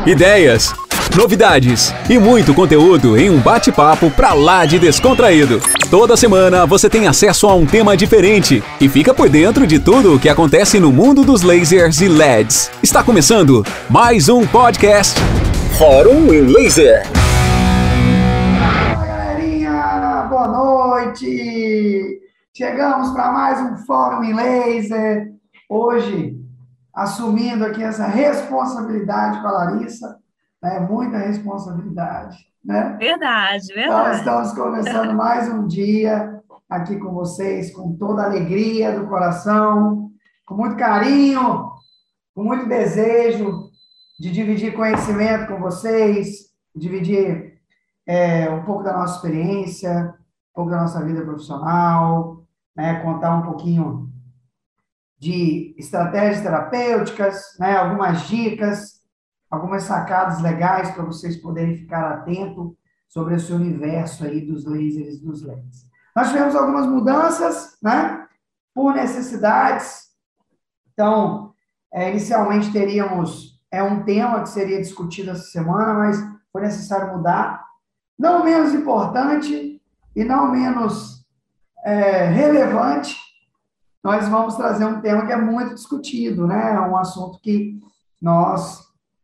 ideias, novidades e muito conteúdo em um bate-papo pra lá de descontraído. Toda semana você tem acesso a um tema diferente e fica por dentro de tudo o que acontece no mundo dos lasers e LEDs. Está começando mais um podcast Fórum em Laser. Fala, galerinha, boa noite! Chegamos para mais um Fórum em Laser. Hoje, assumindo aqui essa responsabilidade com a Larissa, né? Muita responsabilidade, né? Verdade. Então, estamos começando mais um dia aqui com vocês, com toda a alegria do coração, com muito carinho, com muito desejo de dividir conhecimento com vocês, dividir um pouco da nossa experiência, um pouco da nossa vida profissional, né? Contar um pouquinho de estratégias terapêuticas, né? Algumas dicas, algumas sacadas legais para vocês poderem ficar atentos sobre esse universo aí dos lasers e dos LEDs. Nós tivemos algumas mudanças, né? Por necessidades. Então, inicialmente teríamos um tema que seria discutido essa semana, mas foi necessário mudar. Não menos importante e não menos relevante, nós vamos trazer um tema que é muito discutido, né? É um assunto que nós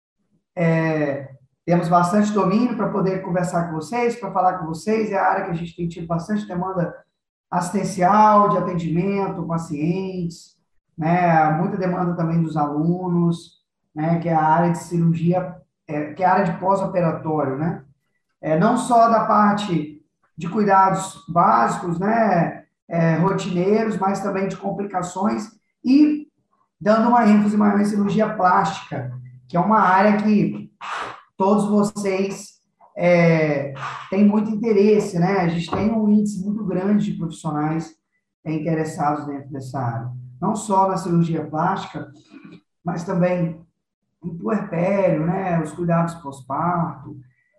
temos bastante domínio para poder conversar com vocês, para falar com vocês. É a área que a gente tem tido bastante demanda assistencial, de atendimento, pacientes, né? Muita demanda também dos alunos, né? Que é a área de cirurgia, que é a área de pós-operatório, né? Não só da parte de cuidados básicos, né? Rotineiros, mas também de complicações e dando uma ênfase maior em cirurgia plástica, que é uma área que todos vocês têm muito interesse, né? A gente tem um índice muito grande de profissionais interessados dentro dessa área. Não só na cirurgia plástica, mas também em puerpério, né? Os cuidados pós-parto,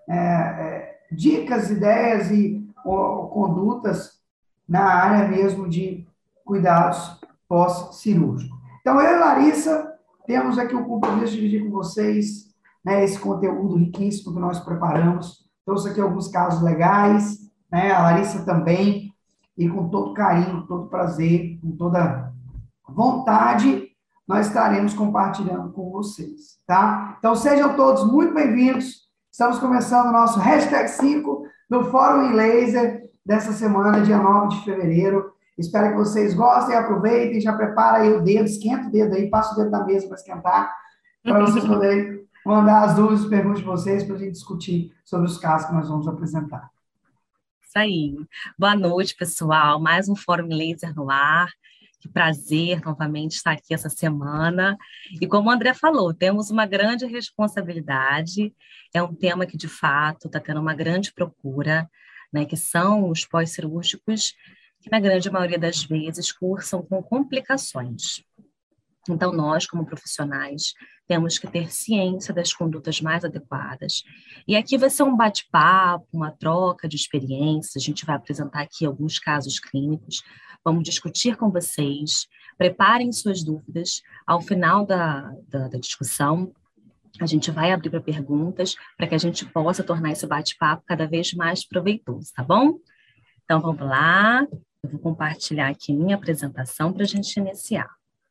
dicas, ideias e condutas na área mesmo de cuidados pós-cirúrgicos. Então, eu e a Larissa temos aqui o compromisso de dividir com vocês, né, esse conteúdo riquíssimo que nós preparamos. Trouxe aqui alguns casos legais, né, a Larissa também, e com todo carinho, com todo prazer, com toda vontade, nós estaremos compartilhando com vocês, tá? Então, sejam todos muito bem-vindos. Estamos começando o nosso hashtag 5 do Fórum em Laser dessa semana, dia 9 de fevereiro. Espero que vocês gostem, aproveitem, já prepara aí o dedo, esquenta o dedo aí, passa o dedo na mesa para esquentar, para vocês poderem mandar as dúvidas e perguntas de vocês para a gente discutir sobre os casos que nós vamos apresentar. Isso aí. Boa noite, pessoal. Mais um Fórum Laser no ar. Que prazer novamente estar aqui essa semana. E como o André falou, temos uma grande responsabilidade. É um tema que, de fato, está tendo uma grande procura, né, que são os pós-cirúrgicos, que na grande maioria das vezes cursam com complicações. Então, nós, como profissionais, temos que ter ciência das condutas mais adequadas. E aqui vai ser um bate-papo, uma troca de experiências. A gente vai apresentar aqui alguns casos clínicos. Vamos discutir com vocês. Preparem suas dúvidas. Ao final da discussão, a gente vai abrir para perguntas para que a gente possa tornar esse bate-papo cada vez mais proveitoso, tá bom? Então, vamos lá. Eu vou compartilhar aqui minha apresentação para a gente iniciar.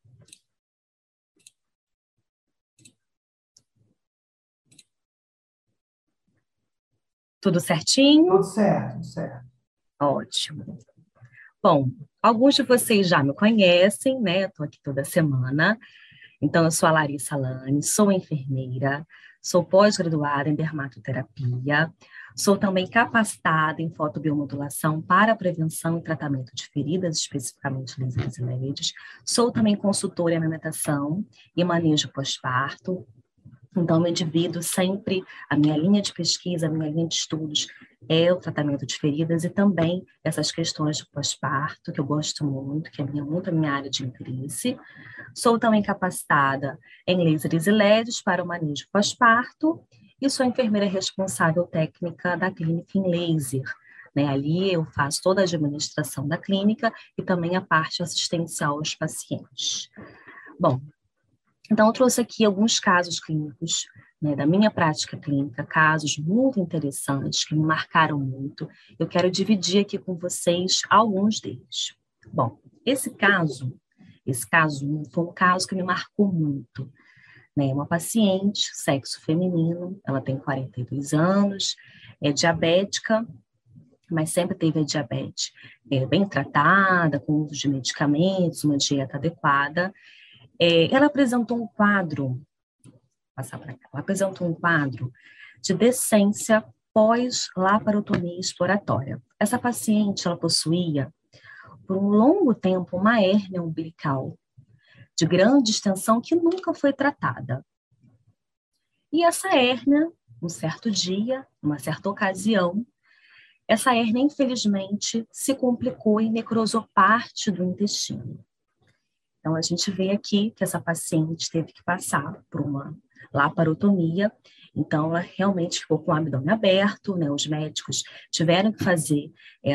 Tudo certinho? Tudo certo, tudo certo. Ótimo. Bom, alguns de vocês já me conhecem, né? Estou aqui toda semana. Então, eu sou a Larissa Lane, sou enfermeira, sou pós-graduada em dermatoterapia, sou também capacitada em fotobiomodulação para prevenção e tratamento de feridas, especificamente lesões e LEDs. Sou também consultora em amamentação e manejo pós-parto. Então, eu divido sempre a minha linha de pesquisa, a minha linha de estudos é o tratamento de feridas e também essas questões de pós-parto, que eu gosto muito, que é muito a minha área de interesse. Sou também capacitada em lasers e LEDs para o manejo pós-parto e sou enfermeira responsável técnica da clínica em laser. Né? Ali eu faço toda a administração da clínica e também a parte assistencial aos pacientes. Bom, então eu trouxe aqui alguns casos clínicos, né, da minha prática clínica, casos muito interessantes que me marcaram muito. Eu quero dividir aqui com vocês alguns deles. Bom, esse caso 1 foi um caso que me marcou muito, né? Uma paciente, sexo feminino, ela tem 42 anos, é diabética, mas sempre teve a diabetes bem tratada, com uso de medicamentos, uma dieta adequada. Ela apresentou um quadro, ela apresentou um quadro de decência pós-laparotomia exploratória. Essa paciente, ela possuía, por um longo tempo, uma hérnia umbilical de grande extensão que nunca foi tratada. E essa hérnia, um certo dia, numa certa ocasião, essa hérnia, infelizmente, se complicou e necrosou parte do intestino. Então, a gente vê aqui que essa paciente teve que passar por uma laparotomia. Então, ela realmente ficou com o abdômen aberto, né? Os médicos tiveram que fazer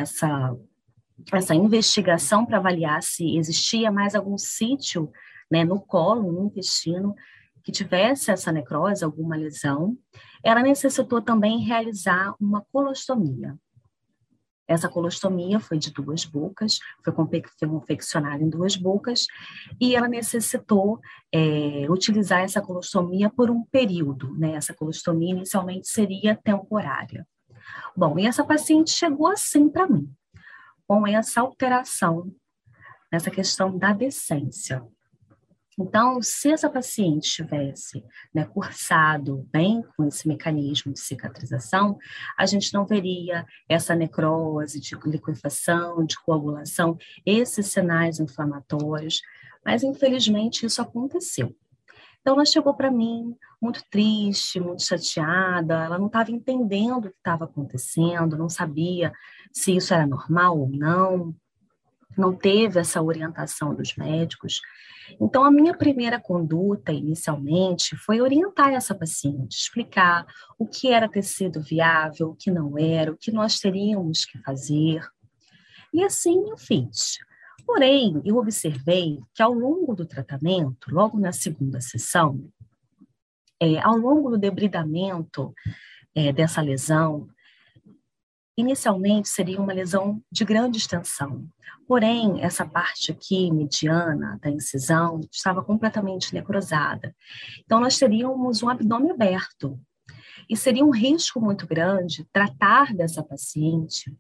essa investigação para avaliar se existia mais algum sítio, né, no colo, no intestino, que tivesse essa necrose, alguma lesão. Ela necessitou também realizar uma colostomia. Essa colostomia foi de 2 bocas, foi confeccionada em 2 bocas, e ela necessitou utilizar essa colostomia por um período, né? Essa colostomia inicialmente seria temporária. Bom, e essa paciente chegou assim para mim, com essa alteração nessa questão da decência. Então, se essa paciente tivesse, né, cursado bem com esse mecanismo de cicatrização, a gente não veria essa necrose de liquefação, de coagulação, esses sinais inflamatórios, mas infelizmente isso aconteceu. Então, ela chegou para mim muito triste, muito chateada, ela não estava entendendo o que estava acontecendo, não sabia se isso era normal ou não teve essa orientação dos médicos. Então, a minha primeira conduta, inicialmente, foi orientar essa paciente, explicar o que era tecido viável, o que não era, o que nós teríamos que fazer. E assim eu fiz. Porém, eu observei que ao longo do tratamento, logo na segunda sessão, ao longo do debridamento dessa lesão, inicialmente seria uma lesão de grande extensão. Porém, essa parte aqui, mediana, da incisão, estava completamente necrosada. Então, nós teríamos um abdômen aberto. E seria um risco muito grande tratar dessa paciente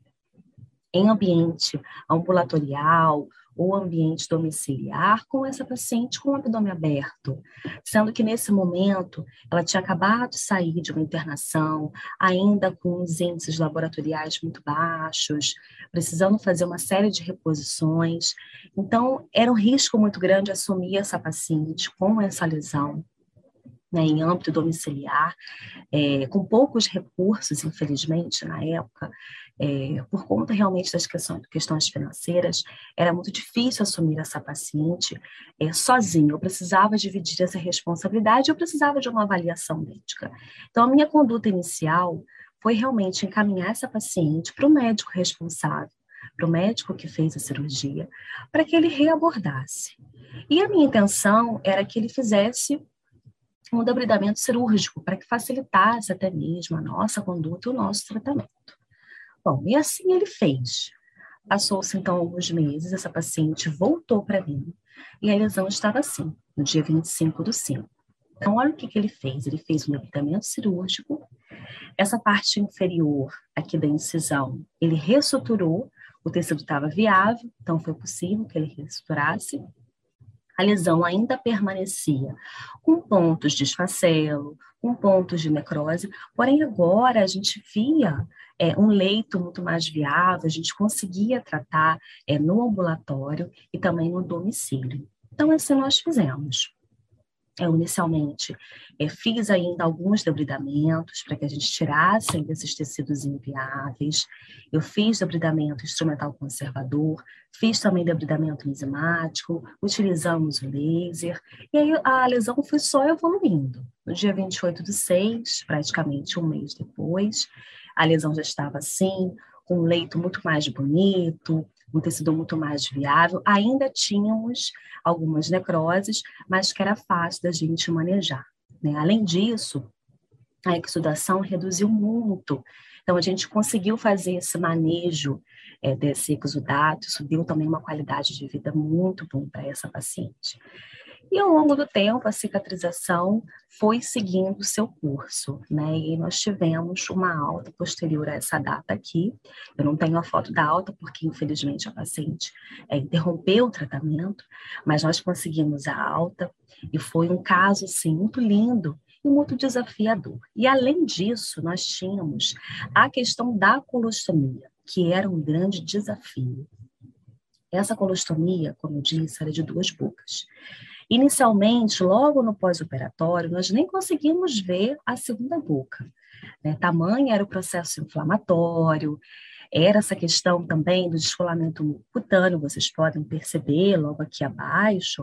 em ambiente ambulatorial ou ambiente domiciliar com essa paciente com o abdômen aberto, sendo que nesse momento ela tinha acabado de sair de uma internação, ainda com os índices laboratoriais muito baixos, precisando fazer uma série de reposições. Então, era um risco muito grande assumir essa paciente com essa lesão, né, em âmbito domiciliar, com poucos recursos, infelizmente, na época, por conta realmente das questões financeiras, era muito difícil assumir essa paciente sozinha. Eu precisava dividir essa responsabilidade, eu precisava de uma avaliação médica. Então, a minha conduta inicial foi realmente encaminhar essa paciente para o médico responsável, para o médico que fez a cirurgia, para que ele reabordasse. E a minha intenção era que ele fizesse um debridamento cirúrgico para que facilitasse até mesmo a nossa conduta e o nosso tratamento. Bom, e assim ele fez. Passou-se então alguns meses, essa paciente voltou para mim e a lesão estava assim, no dia 25/5. Então, olha o que ele fez. Ele fez um debridamento cirúrgico, essa parte inferior aqui da incisão, ele ressuturou, o tecido estava viável, então foi possível que ele ressuturasse. A lesão ainda permanecia com pontos de esfacelo, com pontos de necrose, porém agora a gente via um leito muito mais viável, a gente conseguia tratar no ambulatório e também no domicílio. Então, assim nós fizemos. Eu inicialmente fiz ainda alguns debridamentos para que a gente tirasse desses tecidos inviáveis. Eu fiz debridamento instrumental conservador, fiz também debridamento enzimático, utilizamos o laser, e aí a lesão foi só evoluindo. No dia 28/6, praticamente um mês depois, a lesão já estava assim, com um leito muito mais bonito, um tecido muito mais viável. Ainda tínhamos algumas necroses, mas que era fácil da gente manejar, né? Além disso, a exudação reduziu muito. Então, a gente conseguiu fazer esse manejo desse exudato, isso deu também uma qualidade de vida muito boa para essa paciente. E ao longo do tempo, a cicatrização foi seguindo o seu curso, né? E nós tivemos uma alta posterior a essa data aqui. Eu não tenho a foto da alta, porque infelizmente a paciente interrompeu o tratamento, mas nós conseguimos a alta e foi um caso, assim, muito lindo e muito desafiador. E além disso, nós tínhamos a questão da colostomia, que era um grande desafio. Essa colostomia, como eu disse, era de 2 bocas. Inicialmente, logo no pós-operatório, nós nem conseguimos ver a segunda boca, né? Tamanho era o processo inflamatório, era essa questão também do descolamento cutâneo, vocês podem perceber logo aqui abaixo,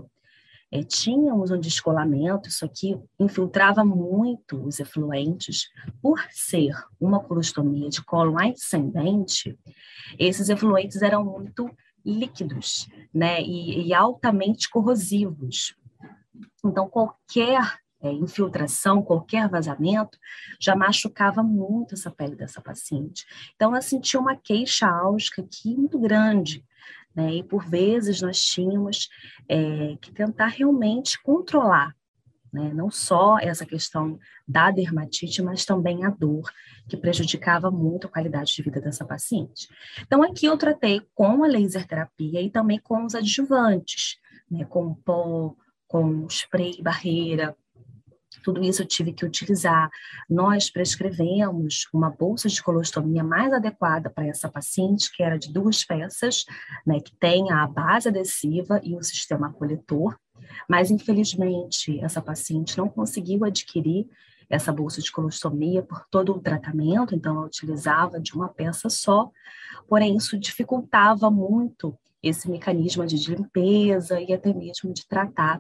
tínhamos um descolamento, isso aqui infiltrava muito os efluentes. Por ser uma colostomia de cólon ascendente, esses efluentes eram muito líquidos, né, e altamente corrosivos. Então, qualquer infiltração, qualquer vazamento, já machucava muito essa pele dessa paciente. Então, ela sentia uma queixa álgica aqui muito grande, né, e por vezes nós tínhamos que tentar realmente controlar, né, não só essa questão da dermatite, mas também a dor, que prejudicava muito a qualidade de vida dessa paciente. Então, aqui eu tratei com a laser terapia e também com os adjuvantes, né, com pó, com spray barreira, tudo isso eu tive que utilizar. Nós prescrevemos uma bolsa de colostomia mais adequada para essa paciente, que era de 2 peças, né, que tem a base adesiva e o sistema coletor, mas infelizmente essa paciente não conseguiu adquirir essa bolsa de colostomia por todo o tratamento, então ela utilizava de uma peça só, porém isso dificultava muito esse mecanismo de limpeza e até mesmo de tratar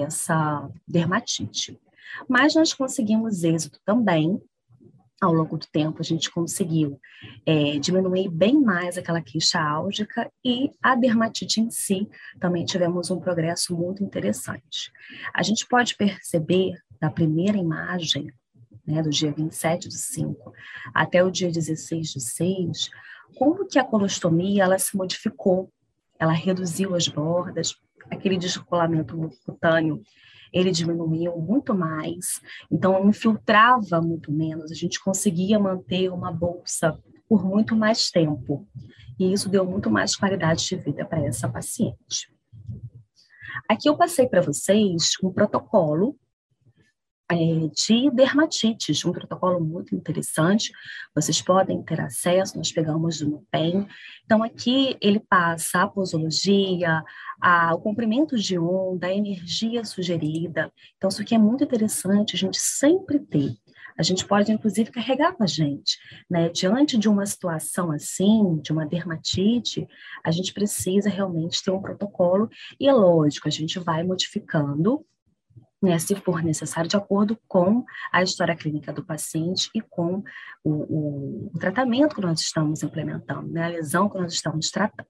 essa dermatite. Mas nós conseguimos êxito também. Ao longo do tempo, a gente conseguiu diminuir bem mais aquela queixa álgica e a dermatite em si também tivemos um progresso muito interessante. A gente pode perceber na primeira imagem, né, do dia 27/5 até o dia 16/6, como que a colostomia ela se modificou, ela reduziu as bordas, aquele descolamento cutâneo ele diminuiu muito mais, então infiltrava muito menos, a gente conseguia manter uma bolsa por muito mais tempo, e isso deu muito mais qualidade de vida para essa paciente. Aqui eu passei para vocês um protocolo de dermatites, um protocolo muito interessante, vocês podem ter acesso, nós pegamos do NUPEM. Então aqui ele passa a posologia, o comprimento de onda, a energia sugerida, então isso aqui é muito interessante a gente sempre ter. A gente pode, inclusive, carregar com a gente, né? Diante de uma situação assim, de uma dermatite, a gente precisa realmente ter um protocolo e é lógico, a gente vai modificando, né, se for necessário, de acordo com a história clínica do paciente e com o tratamento que nós estamos implementando, né, a lesão que nós estamos tratando.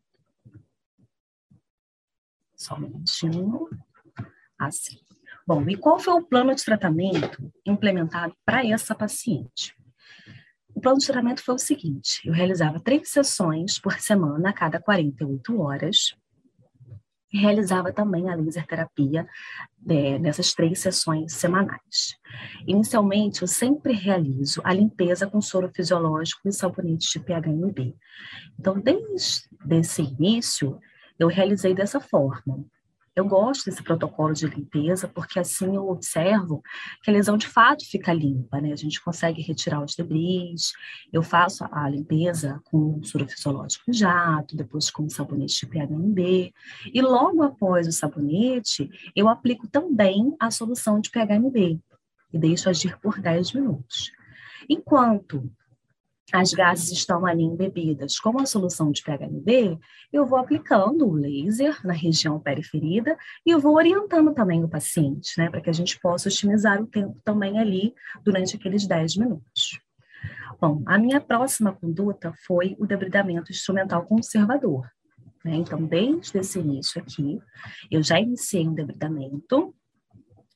Só um minutinho. Assim. Bom, e qual foi o plano de tratamento implementado para essa paciente? O plano de tratamento foi o seguinte, eu realizava 3 sessões por semana, a cada 48 horas, e realizava também a laser terapia nessas 3 sessões semanais. Inicialmente, eu sempre realizo a limpeza com soro fisiológico e sabonete de pHMB. Então, desde esse início, eu realizei dessa forma. Eu gosto desse protocolo de limpeza, porque assim eu observo que a lesão de fato fica limpa, né? A gente consegue retirar os debris, eu faço a limpeza com soro fisiológico jato, depois com sabonete de pHMB, e logo após o sabonete, eu aplico também a solução de pHMB, e deixo agir por 10 minutos. Enquanto as gases estão ali embebidas com a solução de pHMB, eu vou aplicando o laser na região periferida e eu vou orientando também o paciente, né, para que a gente possa otimizar o tempo também ali durante aqueles 10 minutos. Bom, a minha próxima conduta foi o debridamento instrumental conservador, né? Então, desde esse início aqui, eu já iniciei um debridamento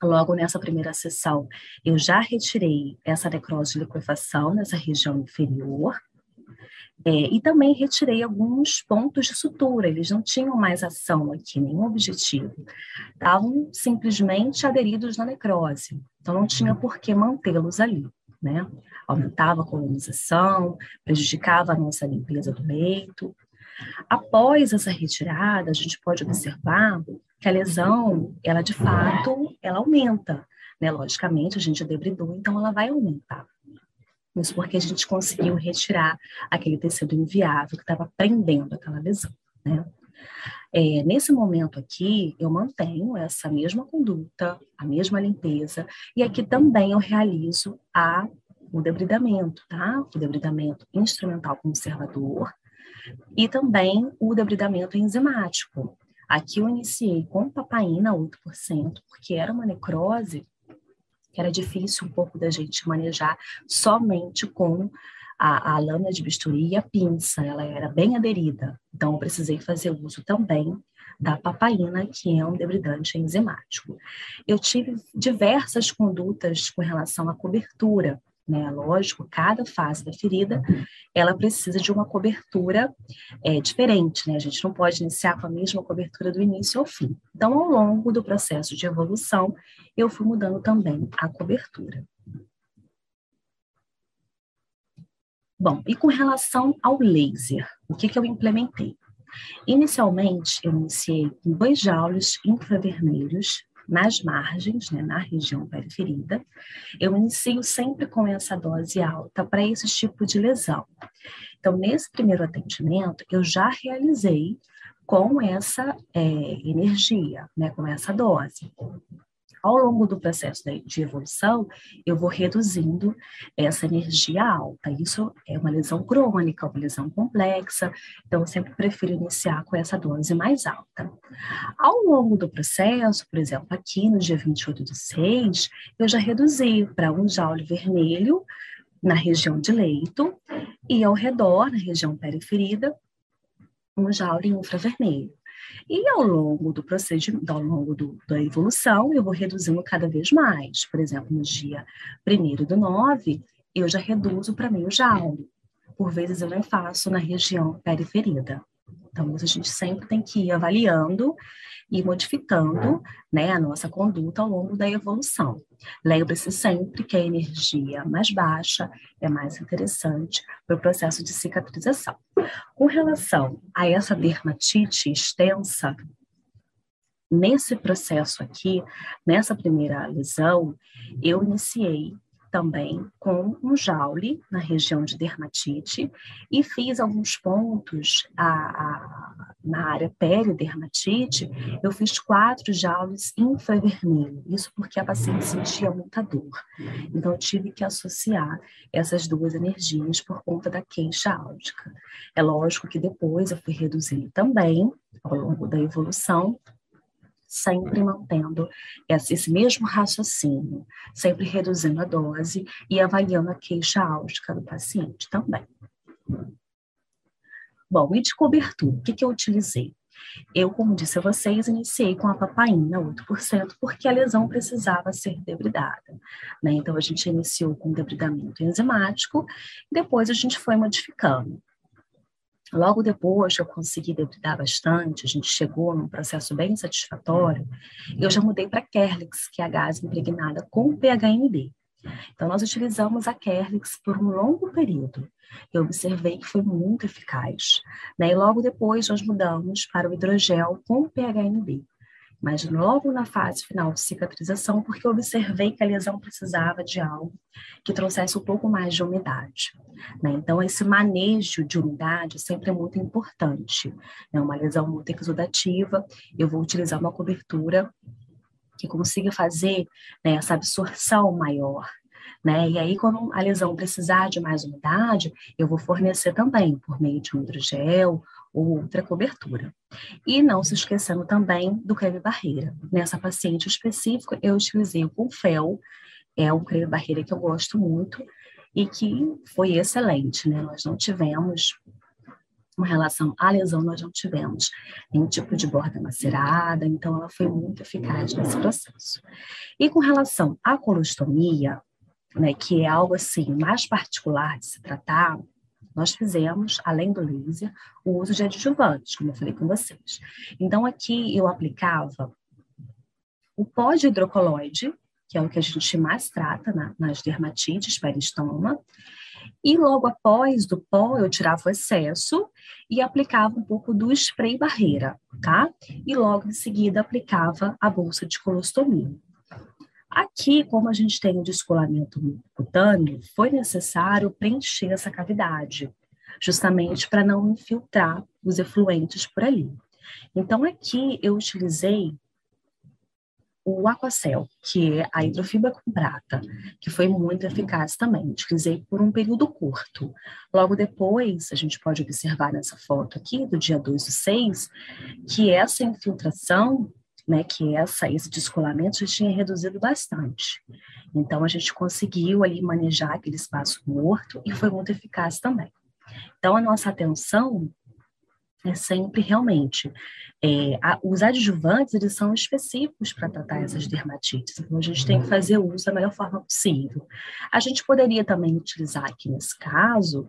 Logo nessa primeira sessão, eu já retirei essa necrose de liquefação nessa região inferior, e também retirei alguns pontos de sutura, eles não tinham mais ação aqui, nenhum objetivo. Estavam simplesmente aderidos na necrose, então não tinha por que mantê-los ali, né? Aumentava a colonização, prejudicava a nossa limpeza do leito. Após essa retirada, a gente pode observar que a lesão, ela de fato, ela aumenta, né? Logicamente, a gente debridou, então ela vai aumentar. Isso porque a gente conseguiu retirar aquele tecido inviável que estava prendendo aquela lesão, né? Nesse momento aqui, eu mantenho essa mesma conduta, a mesma limpeza, e aqui também eu realizo o debridamento, tá? O debridamento instrumental conservador e também o debridamento enzimático. Aqui eu iniciei com papaína 8%, porque era uma necrose que era difícil um pouco da gente manejar somente com a lâmina de bisturi e a pinça, ela era bem aderida. Então, eu precisei fazer uso também da papaína, que é um debridante enzimático. Eu tive diversas condutas com relação à cobertura, né? Lógico, cada fase da ferida, ela precisa de uma cobertura diferente, né? A gente não pode iniciar com a mesma cobertura do início ao fim. Então, ao longo do processo de evolução, eu fui mudando também a cobertura. Bom, e com relação ao laser, o que eu implementei? Inicialmente, eu iniciei com 2 joules infravermelhos nas margens, né, na região periferida. Eu inicio sempre com essa dose alta para esse tipo de lesão. Então, nesse primeiro atendimento, eu já realizei com essa energia, né, com essa dose. Ao longo do processo de evolução, eu vou reduzindo essa energia alta. Isso é uma lesão crônica, uma lesão complexa, então eu sempre prefiro iniciar com essa dose mais alta. Ao longo do processo, por exemplo, aqui no dia 28/6, eu já reduzi para 1 joule vermelho na região de leito e ao redor, na região periferida, 1 joule infravermelho. E ao longo do procedimento, ao longo da evolução, eu vou reduzindo cada vez mais. Por exemplo, no dia 1º/9, eu já reduzo para meio joule. Por vezes eu nem faço na região periferida. Então, a gente sempre tem que ir avaliando e modificando, né, a nossa conduta ao longo da evolução. Lembre-se sempre que a energia mais baixa é mais interessante para o processo de cicatrização. Com relação a essa dermatite extensa, nesse processo aqui, nessa primeira lesão, eu iniciei também com 1 joule na região de dermatite e fiz alguns pontos na área peridermatite, eu fiz 4 joules infravermelho, isso porque a paciente sentia muita dor. Então, eu tive que associar essas 2 energias por conta da queixa álgica. É lógico que depois eu fui reduzindo também, ao longo da evolução, sempre mantendo esse mesmo raciocínio, sempre reduzindo a dose e avaliando a queixa álgica do paciente também. Bom, e de cobertura, o que eu utilizei? Eu, como disse a vocês, iniciei com a papaína 8%, porque a lesão precisava ser debridada, né? Então, a gente iniciou com debridamento enzimático, e depois a gente foi modificando. Logo depois que eu consegui debridar bastante, a gente chegou num processo bem satisfatório, eu já mudei para Kerlix, que é a gase impregnada com PHMB. Então, nós utilizamos a Kerlix por um longo período. Eu observei que foi muito eficaz, né? E logo depois nós mudamos para o hidrogel com PHMB. Mas logo na fase final de cicatrização, porque eu observei que a lesão precisava de algo que trouxesse um pouco mais de umidade, né? Então, esse manejo de umidade sempre é muito importante. É uma lesão muito exudativa, eu vou utilizar uma cobertura que consiga fazer, né, essa absorção maior, né? E aí, quando a lesão precisar de mais umidade, eu vou fornecer também por meio de um hidrogel ou outra cobertura. E não se esquecendo também do creme barreira. Nessa paciente específica, eu utilizei o Confel, é um creme barreira que eu gosto muito e que foi excelente, né? Nós não tivemos Com relação à lesão, nós não tivemos nenhum tipo de borda macerada, então ela foi muito eficaz nesse processo. E com relação à colostomia, né, que é algo assim mais particular de se tratar, nós fizemos, além do laser, o uso de adjuvantes, como eu falei com vocês. Então, aqui eu aplicava o pó de hidrocoloide, que é o que a gente mais trata nas dermatites peristoma, e logo após do pó eu tirava o excesso e aplicava um pouco do spray barreira, tá? E logo em seguida aplicava a bolsa de colostomia. Aqui, como a gente tem o descolamento cutâneo, foi necessário preencher essa cavidade, justamente para não infiltrar os efluentes por ali. Então, aqui eu utilizei o Aquacel, que é a hidrofibra com prata, que foi muito eficaz também. Utilizei por um período curto. Logo depois, a gente pode observar nessa foto aqui, do dia 2/6, que essa infiltração, né, que esse descolamento já tinha reduzido bastante. Então, a gente conseguiu ali manejar aquele espaço morto e foi muito eficaz também. Então, a nossa atenção é sempre realmente, os adjuvantes, eles são específicos para tratar essas dermatites, então a gente tem que fazer uso da melhor forma possível. A gente poderia também utilizar aqui nesse caso,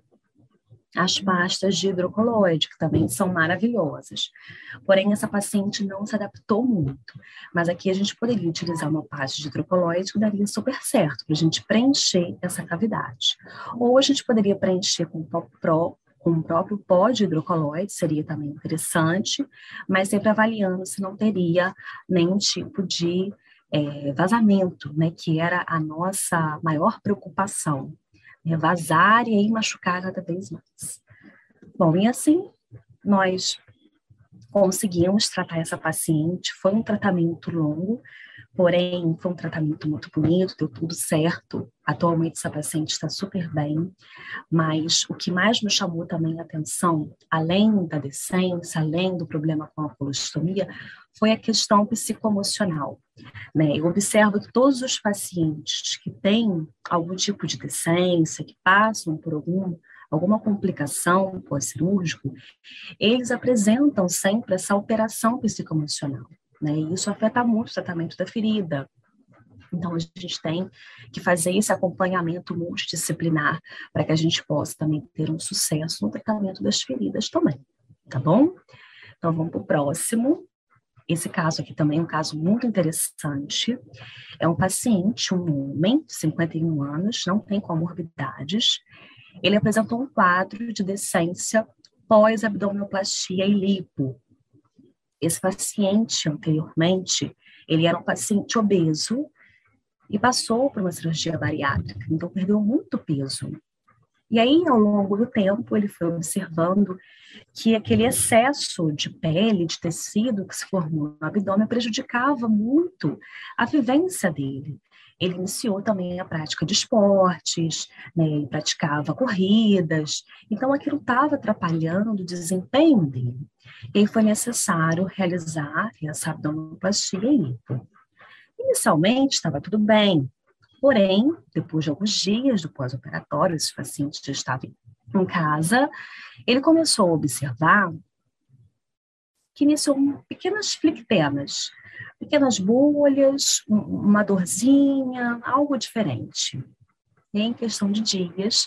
as pastas de hidrocoloide, que também são maravilhosas. Porém, essa paciente não se adaptou muito. Mas aqui a gente poderia utilizar uma pasta de hidrocoloide que daria super certo, para a gente preencher essa cavidade. Ou a gente poderia preencher com o próprio pó de hidrocoloide, seria também interessante, mas sempre avaliando se não teria nenhum tipo de vazamento, né, que era a nossa maior preocupação. Vazar e aí machucar cada vez mais. Bom, e assim nós conseguimos tratar essa paciente. Foi um tratamento longo, porém foi um tratamento muito bonito, deu tudo certo. Atualmente essa paciente está super bem, mas o que mais me chamou também a atenção, além da decência, além do problema com a colostomia, foi a questão psicoemocional. Né? Eu observo que todos os pacientes que têm algum tipo de decência, que passam por alguma complicação pós-cirúrgico, eles apresentam sempre essa alteração psicoemocional, né? E isso afeta muito o tratamento da ferida. Então, a gente tem que fazer esse acompanhamento multidisciplinar para que a gente possa também ter um sucesso no tratamento das feridas também, tá bom? Então, vamos para o próximo. Esse caso aqui também é um caso muito interessante. É um paciente, um homem de 51 anos, não tem comorbidades. Ele apresentou um quadro de decência pós-abdominoplastia e lipo. Esse paciente, anteriormente, ele era um paciente obeso e passou por uma cirurgia bariátrica, então perdeu muito peso. E aí, ao longo do tempo, ele foi observando que aquele excesso de pele, de tecido que se formou no abdômen prejudicava muito a vivência dele. Ele iniciou também a prática de esportes, né, ele praticava corridas, então aquilo estava atrapalhando o desempenho dele. E aí foi necessário realizar essa abdominoplastia e lipo. Inicialmente estava tudo bem, porém, depois de alguns dias do pós-operatório, esse paciente já estava em casa, ele começou a observar que iniciou pequenas flictemas, pequenas bolhas, uma dorzinha, algo diferente. E em questão de dias,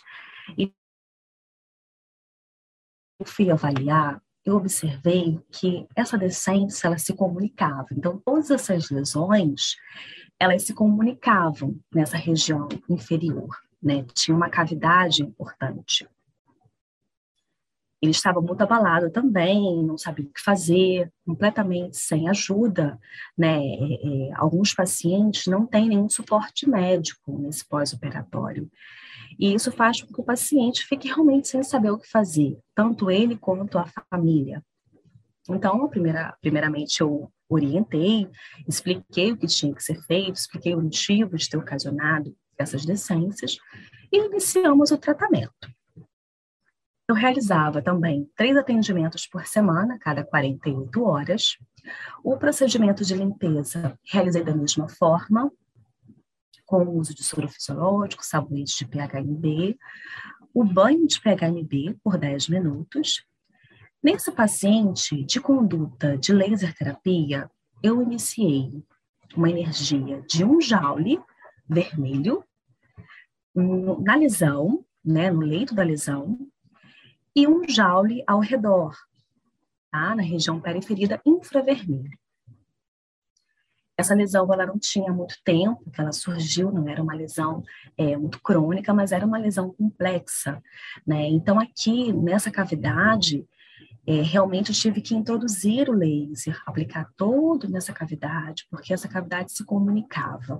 eu fui avaliar, eu observei que essa decência, ela se comunicava. Então, todas essas lesões, elas se comunicavam nessa região inferior, né? Tinha uma cavidade importante. Ele estava muito abalado também, não sabia o que fazer, completamente sem ajuda, né? Alguns pacientes não têm nenhum suporte médico nesse pós-operatório. E isso faz com que o paciente fique realmente sem saber o que fazer, tanto ele quanto a família. Então, primeiramente, eu orientei, expliquei o que tinha que ser feito, expliquei o motivo de ter ocasionado essas decências e iniciamos o tratamento. Eu realizava também 3 atendimentos por semana, cada 48 horas. O procedimento de limpeza realizei da mesma forma, com o uso de soro fisiológico, sabonete de PHMB, o banho de PHMB por 10 minutos, Nesse paciente de conduta de laser terapia, eu iniciei uma energia de 1 joule vermelho na lesão, né, no leito da lesão, e 1 joule ao redor, tá, na região periferida infravermelho. Essa lesão, ela não tinha muito tempo que ela surgiu, não era uma lesão muito crônica, mas era uma lesão complexa, né? Então, aqui, nessa cavidade, realmente eu tive que introduzir o laser, aplicar todo nessa cavidade, porque essa cavidade se comunicava.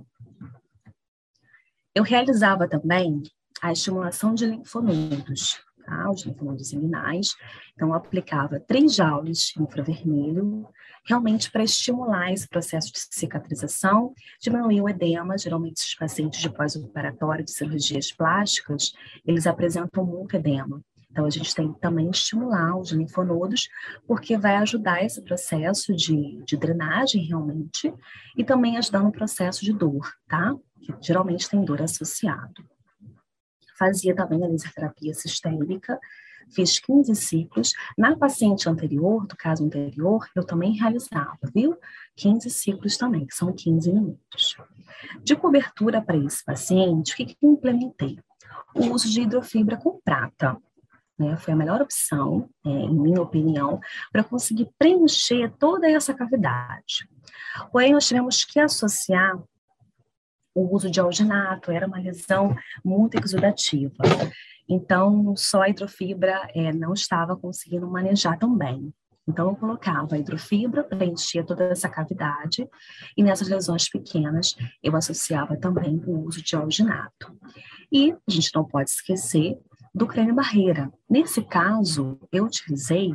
Eu realizava também a estimulação de linfonodos, tá? Os linfonodos inguinais. Então, eu aplicava 3 joules infravermelho, realmente para estimular esse processo de cicatrização, diminuir o edema. Geralmente, esses pacientes de pós-operatório de cirurgias plásticas, eles apresentam muito edema. Então, a gente tem que também estimular os linfonodos, porque vai ajudar esse processo de drenagem, realmente, e também ajudar no processo de dor, tá? Que geralmente tem dor associado. Fazia também a laserterapia sistêmica, fiz 15 ciclos. Na paciente anterior, do caso anterior, eu também realizava, viu? 15 ciclos também, que são 15 minutos. De cobertura para esse paciente, o que eu implementei? O uso de hidrofibra com prata. Né, foi a melhor opção, em minha opinião, para conseguir preencher toda essa cavidade. Porém, nós tivemos que associar o uso de alginato, era uma lesão muito exudativa. Então, só a hidrofibra não estava conseguindo manejar tão bem. Então, eu colocava a hidrofibra, preenchia toda essa cavidade, e nessas lesões pequenas, eu associava também o uso de alginato. E a gente não pode esquecer do creme barreira. Nesse caso, eu utilizei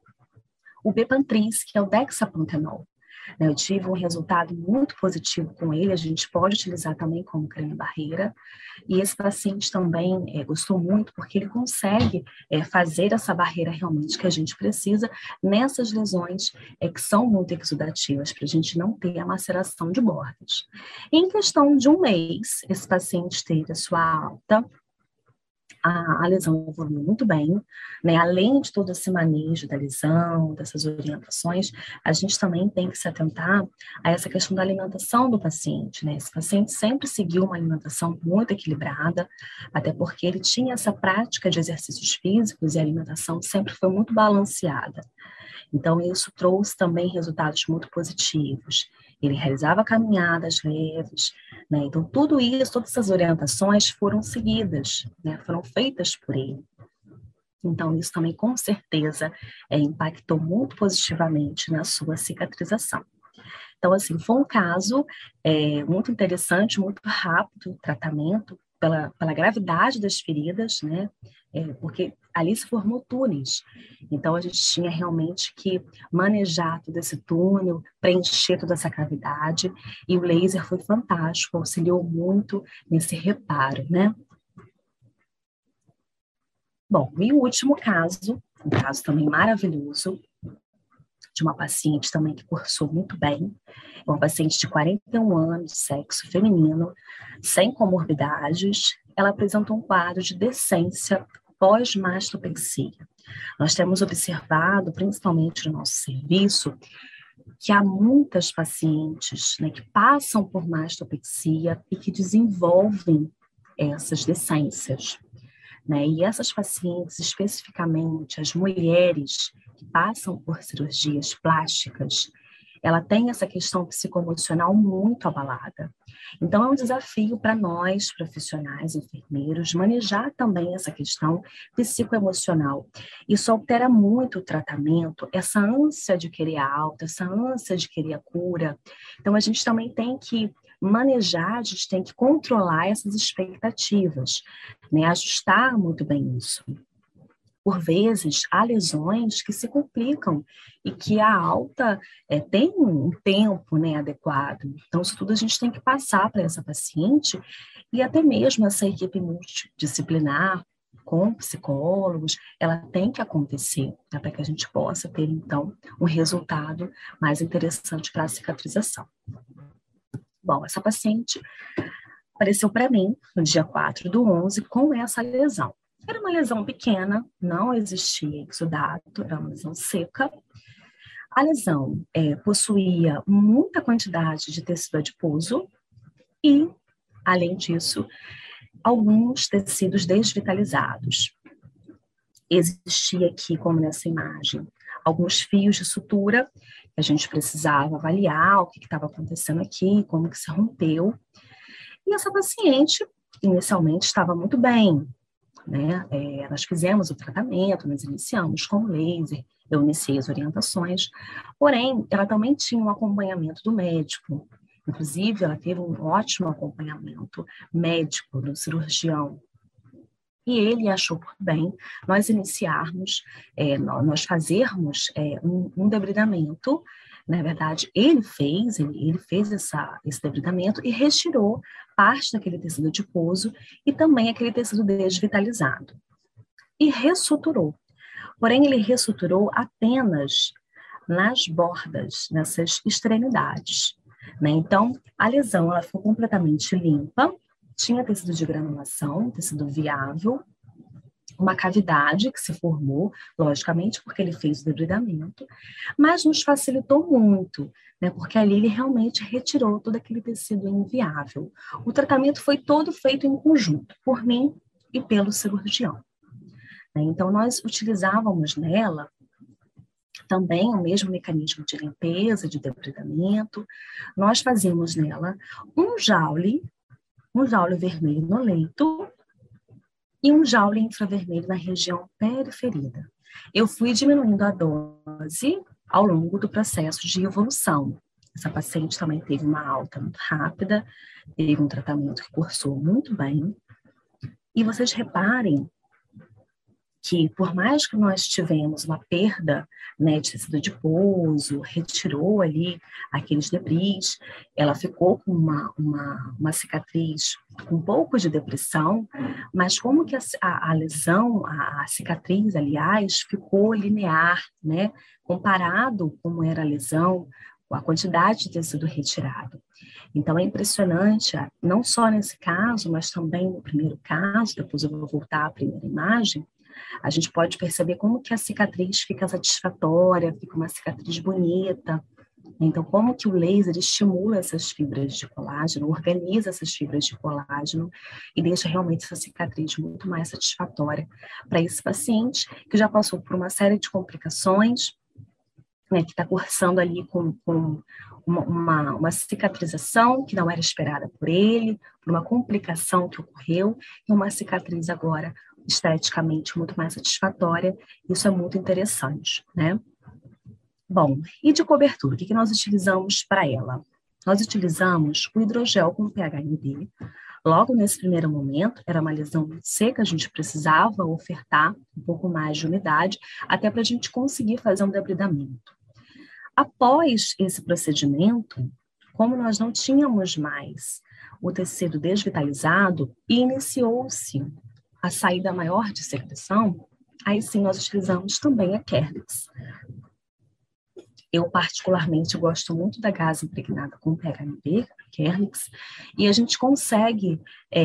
o Bepantris, que é o dexapantenol. Eu tive um resultado muito positivo com ele, a gente pode utilizar também como creme barreira, e esse paciente também gostou muito, porque ele consegue fazer essa barreira realmente que a gente precisa nessas lesões que são muito exudativas, para a gente não ter a maceração de bordas. Em questão de 1 mês, esse paciente teve a sua alta, a lesão evoluiu muito bem, né? Além de todo esse manejo da lesão, dessas orientações, a gente também tem que se atentar a essa questão da alimentação do paciente, né? Esse paciente sempre seguiu uma alimentação muito equilibrada, até porque ele tinha essa prática de exercícios físicos e a alimentação sempre foi muito balanceada. Então, isso trouxe também resultados muito positivos. Ele realizava caminhadas leves, né? Então, tudo isso, todas essas orientações foram seguidas, né? Foram feitas por ele. Então, isso também, com certeza, impactou muito positivamente na sua cicatrização. Então, assim, foi um caso muito interessante, muito rápido o tratamento, pela gravidade das feridas, né? Porque ali se formou túneis. Então, a gente tinha realmente que manejar todo esse túnel, preencher toda essa cavidade, e o laser foi fantástico, auxiliou muito nesse reparo, né? Bom, e o último caso, um caso também maravilhoso, de uma paciente também que cursou muito bem, uma paciente de 41 anos, sexo feminino, sem comorbidades. Ela apresentou um quadro de decência pós-mastopexia. Nós temos observado, principalmente no nosso serviço, que há muitas pacientes, né, que passam por mastopexia e que desenvolvem essas decências, né? E essas pacientes, especificamente as mulheres que passam por cirurgias plásticas, ela tem essa questão psicoemocional muito abalada. Então, é um desafio para nós, profissionais, enfermeiros, manejar também essa questão psicoemocional. Isso altera muito o tratamento, essa ânsia de querer a alta, essa ânsia de querer a cura. Então, a gente também tem que manejar, a gente tem que controlar essas expectativas, né? Ajustar muito bem isso. Por vezes, há lesões que se complicam e que a alta tem um tempo, né, adequado. Então, isso tudo a gente tem que passar para essa paciente e até mesmo essa equipe multidisciplinar, com psicólogos, ela tem que acontecer, né, para que a gente possa ter, então, um resultado mais interessante para a cicatrização. Bom, essa paciente apareceu para mim no dia 4/11 com essa lesão. Era uma lesão pequena, não existia exudato, era uma lesão seca. A lesão possuía muita quantidade de tecido adiposo e, além disso, alguns tecidos desvitalizados. Existia aqui, como nessa imagem, alguns fios de sutura que a gente precisava avaliar o que estava acontecendo aqui, como que se rompeu. E essa paciente, inicialmente, estava muito bem, né? Nós fizemos o tratamento, nós iniciamos com laser, eu iniciei as orientações, porém, ela também tinha um acompanhamento do médico. Inclusive, ela teve um ótimo acompanhamento médico do cirurgião. E ele achou por bem nós iniciarmos, nós fazermos um debridamento. Na verdade, ele fez esse debridamento e retirou parte daquele tecido adiposo e também aquele tecido desvitalizado. E ressuturou. Porém, ele ressuturou apenas nas bordas, nessas extremidades, né? Então, a lesão ela ficou completamente limpa, tinha tecido de granulação, tecido viável, uma cavidade que se formou, logicamente, porque ele fez o debridamento, mas nos facilitou muito, né? Porque ali ele realmente retirou todo aquele tecido inviável. O tratamento foi todo feito em conjunto, por mim e pelo cirurgião. Então, nós utilizávamos nela também o mesmo mecanismo de limpeza, de debridamento. Nós fazíamos nela um jaule vermelho no leito e um jaule infravermelho na região periferida. Eu fui diminuindo a dose ao longo do processo de evolução. Essa paciente também teve uma alta muito rápida, teve um tratamento que cursou muito bem. E vocês reparem que, por mais que nós tivemos uma perda, né, de tecido adiposo, retirou ali aqueles debris, ela ficou com uma cicatriz com um pouco de depressão, mas como que a lesão, a cicatriz, aliás, ficou linear, né, comparado como era a lesão, com a quantidade de tecido retirado. Então, é impressionante, não só nesse caso, mas também no primeiro caso, depois eu vou voltar à primeira imagem, a gente pode perceber como que a cicatriz fica satisfatória, fica uma cicatriz bonita. Então, como que o laser estimula essas fibras de colágeno, organiza essas fibras de colágeno e deixa realmente essa cicatriz muito mais satisfatória para esse paciente que já passou por uma série de complicações, né, que está cursando ali com uma cicatrização que não era esperada por ele, por uma complicação que ocorreu, e uma cicatriz agora esteticamente muito mais satisfatória. Isso é muito interessante, né? Bom, e de cobertura, o que nós utilizamos para ela? Nós utilizamos o hidrogel com PHNB. Logo nesse primeiro momento, era uma lesão seca, a gente precisava ofertar um pouco mais de umidade, até para a gente conseguir fazer um debridamento. Após esse procedimento, como nós não tínhamos mais o tecido desvitalizado, iniciou-se a saída maior de secreção, aí sim nós utilizamos também a Kerlix. Eu particularmente gosto muito da gás impregnada com PHNB, a Kerlix, e a gente consegue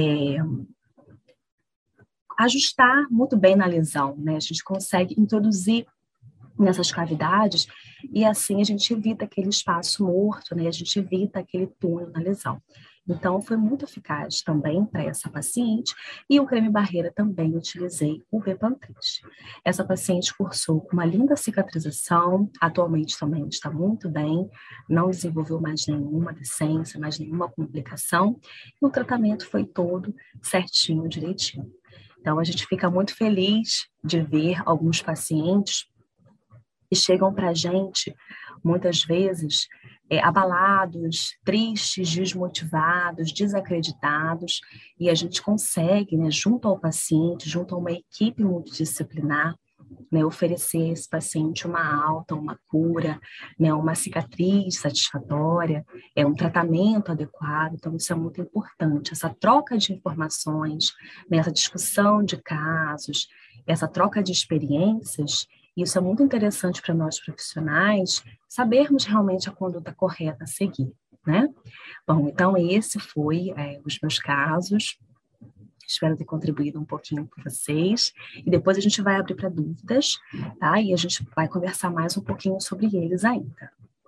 ajustar muito bem na lesão, né? A gente consegue introduzir nessas cavidades e assim a gente evita aquele espaço morto, né? A gente evita aquele túnel na lesão. Então, foi muito eficaz também para essa paciente, e o creme barreira também utilizei o Bepantris. Essa paciente cursou com uma linda cicatrização, atualmente também está muito bem, não desenvolveu mais nenhuma decência, mais nenhuma complicação, e o tratamento foi todo certinho, direitinho. Então, a gente fica muito feliz de ver alguns pacientes que chegam para a gente, muitas vezes, abalados, tristes, desmotivados, desacreditados, e a gente consegue, né, junto ao paciente, junto a uma equipe multidisciplinar, né, oferecer a esse paciente uma alta, uma cura, né, uma cicatriz satisfatória, um tratamento adequado. Então, isso é muito importante, essa troca de informações, né, essa discussão de casos, essa troca de experiências. Isso é muito interessante para nós profissionais, sabermos realmente a conduta correta a seguir, né? Bom, então esse foi os meus casos. Espero ter contribuído um pouquinho com vocês. E depois a gente vai abrir para dúvidas, tá? E a gente vai conversar mais um pouquinho sobre eles ainda.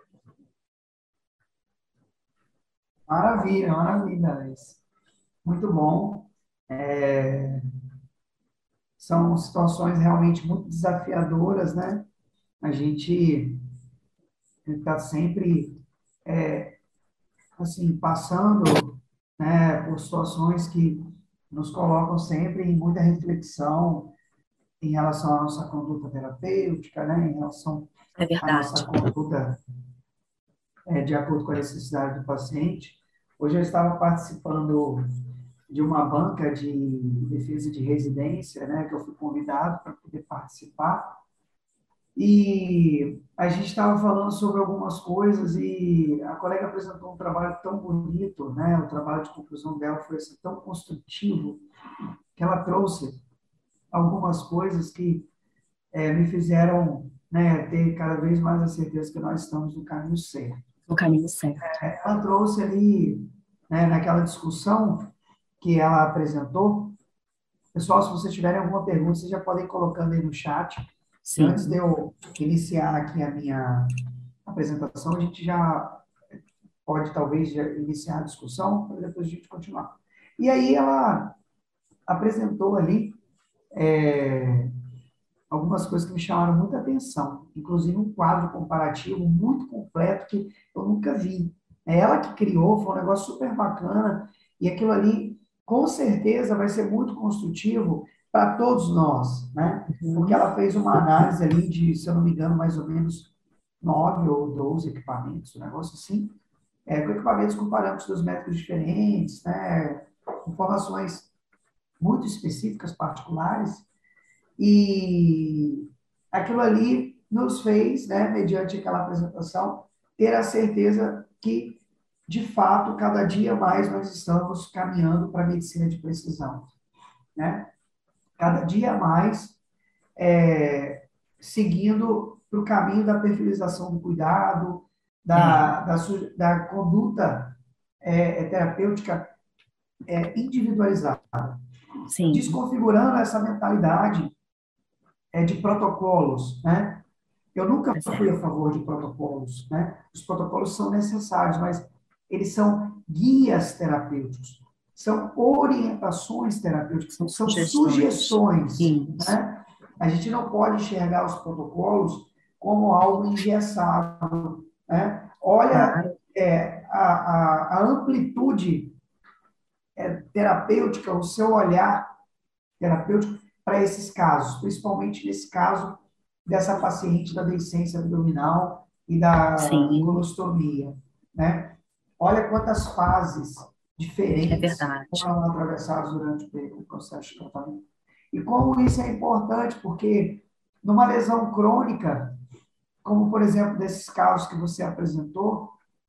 Maravilha, maravilha, Alice. Muito bom. São situações realmente muito desafiadoras, né? A gente está sempre, assim, passando, né, por situações que nos colocam sempre em muita reflexão em relação à nossa conduta terapêutica, né? Em relação É à nossa verdade. conduta de acordo com a necessidade do paciente. Hoje eu estava participando de uma banca de defesa de residência, né, que eu fui convidado para poder participar, e a gente estava falando sobre algumas coisas e a colega apresentou um trabalho tão bonito, né, o trabalho de conclusão dela foi assim, tão construtivo, que ela trouxe algumas coisas que me fizeram, né, ter cada vez mais a certeza que nós estamos no caminho certo. No caminho certo. Ela trouxe ali, né, naquela discussão que ela apresentou. Pessoal, se vocês tiverem alguma pergunta, vocês já podem ir colocando aí no chat. Sim. Antes de eu iniciar aqui a minha apresentação, a gente já pode, talvez, já iniciar a discussão, para depois a gente continuar. E aí ela apresentou ali algumas coisas que me chamaram muita atenção, inclusive um quadro comparativo muito completo que eu nunca vi. É ela que criou, foi um negócio super bacana, e aquilo ali, com certeza, vai ser muito construtivo para todos nós, né? Porque ela fez uma análise ali de, se eu não me engano, mais ou menos 9 ou 12 equipamentos, um negócio assim, com equipamentos com parâmetros dos métodos diferentes, né? Informações muito específicas, particulares, e aquilo ali nos fez, né, mediante aquela apresentação, ter a certeza que, de fato, cada dia mais nós estamos caminhando para a medicina de precisão, né? Cada dia mais seguindo para o caminho da perfilização do cuidado, da conduta terapêutica individualizada. Sim. Desconfigurando essa mentalidade de protocolos, né? Eu nunca fui a favor de protocolos, né? Os protocolos são necessários, mas eles são guias terapêuticos, são orientações terapêuticas, são sugestões, né? A gente não pode enxergar os protocolos como algo engessado, né? Olha a amplitude terapêutica, o seu olhar terapêutico para esses casos, principalmente nesse caso dessa paciente da deiscência abdominal e da colostomia, né? Olha quantas fases diferentes foram atravessadas durante o processo de tratamento. E como isso é importante, porque numa lesão crônica, como, por exemplo, desses casos que você apresentou,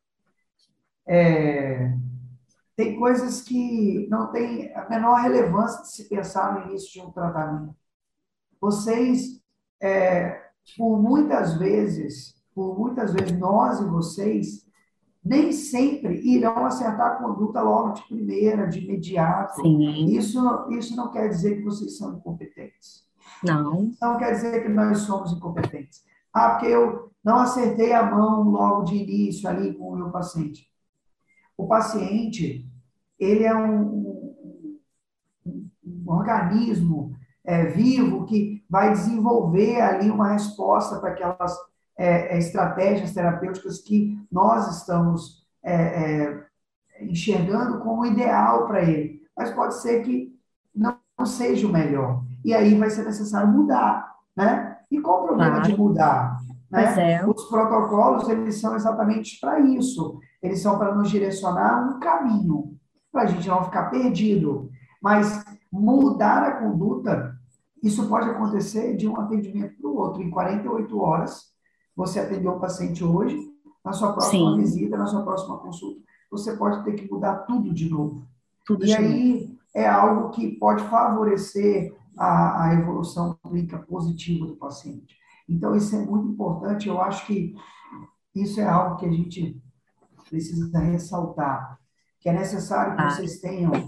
tem coisas que não têm a menor relevância de se pensar no início de um tratamento. Vocês, por muitas vezes, nós e vocês, nem sempre irão acertar a conduta logo de primeira, de imediato. Sim. Isso não quer dizer que vocês são incompetentes. Não. Não quer dizer que nós somos incompetentes. Porque eu não acertei a mão logo de início ali com o meu paciente. O paciente, ele é um organismo vivo que vai desenvolver ali uma resposta para aquelas estratégias terapêuticas que nós estamos enxergando como ideal para ele. Mas pode ser que não seja o melhor. E aí vai ser necessário mudar, né? E qual o problema de mudar? Né? Os protocolos, eles são exatamente para isso. Eles são para nos direcionar um caminho, para a gente não ficar perdido. Mas mudar a conduta, isso pode acontecer de um atendimento para o outro. Em 48 horas, você atendeu o paciente hoje, na sua próxima visita, na sua próxima consulta, você pode ter que mudar tudo de novo. E aí é algo que pode favorecer a evolução clínica positiva do paciente. Então, isso é muito importante. Eu acho que isso é algo que a gente precisa ressaltar, que é necessário que vocês tenham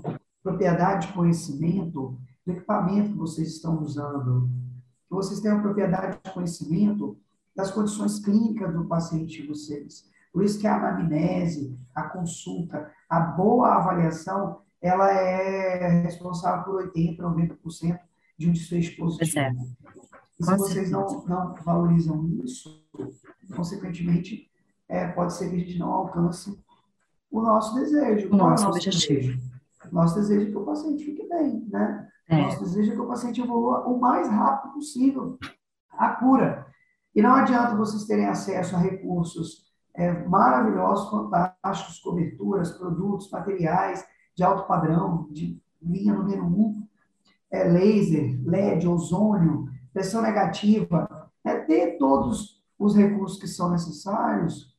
propriedade de conhecimento do equipamento que vocês estão usando, que vocês tenham propriedade de conhecimento das condições clínicas do paciente de vocês. Por isso que a anamnese, a consulta, a boa avaliação, ela é responsável por 80%, 90% de um desfecho Pois é, positivo. E se com vocês certeza. não valorizam isso, consequentemente, pode ser que a gente não alcance o nosso desejo. O Qual é o nosso nosso objetivo. desejo? O nosso desejo é que o paciente fique bem, né? O É, nosso desejo é que o paciente evolua o mais rápido possível à cura. E não adianta vocês terem acesso a recursos maravilhosos, fantásticos, coberturas, produtos, materiais de alto padrão, de linha número um, laser, LED, ozônio, pressão negativa, ter todos os recursos que são necessários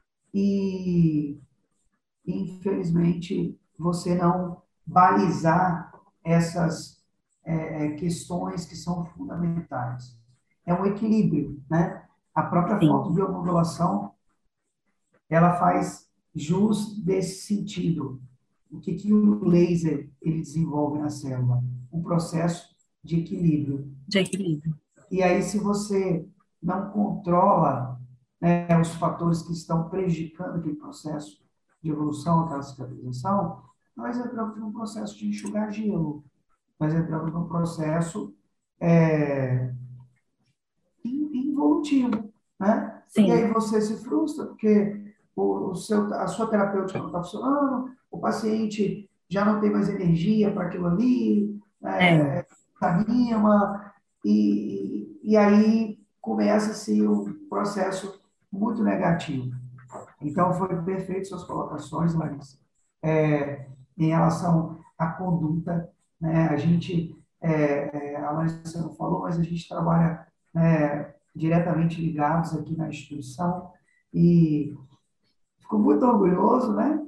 e, infelizmente, você não balizar essas questões que são fundamentais. É um equilíbrio, né? A própria sim, fotobiomodulação, ela faz jus desse sentido. O que o laser ele desenvolve na célula? Um processo de equilíbrio. de equilíbrio. E aí, se você não controla, né, os fatores que estão prejudicando aquele processo de evolução, aquela cicatrização, nós entramos num processo de enxugar gelo. Nós entramos num processo é, involutivo, né? E Sim, aí você se frustra porque a sua terapêutica não está funcionando, o paciente já não tem mais energia para aquilo ali, é, desanima, e aí começa-se um processo muito negativo. Então, foi perfeito suas colocações, Larissa. Em relação à conduta, né? A Larissa não falou, mas a gente trabalha diretamente ligados aqui na instituição e fico muito orgulhoso, né?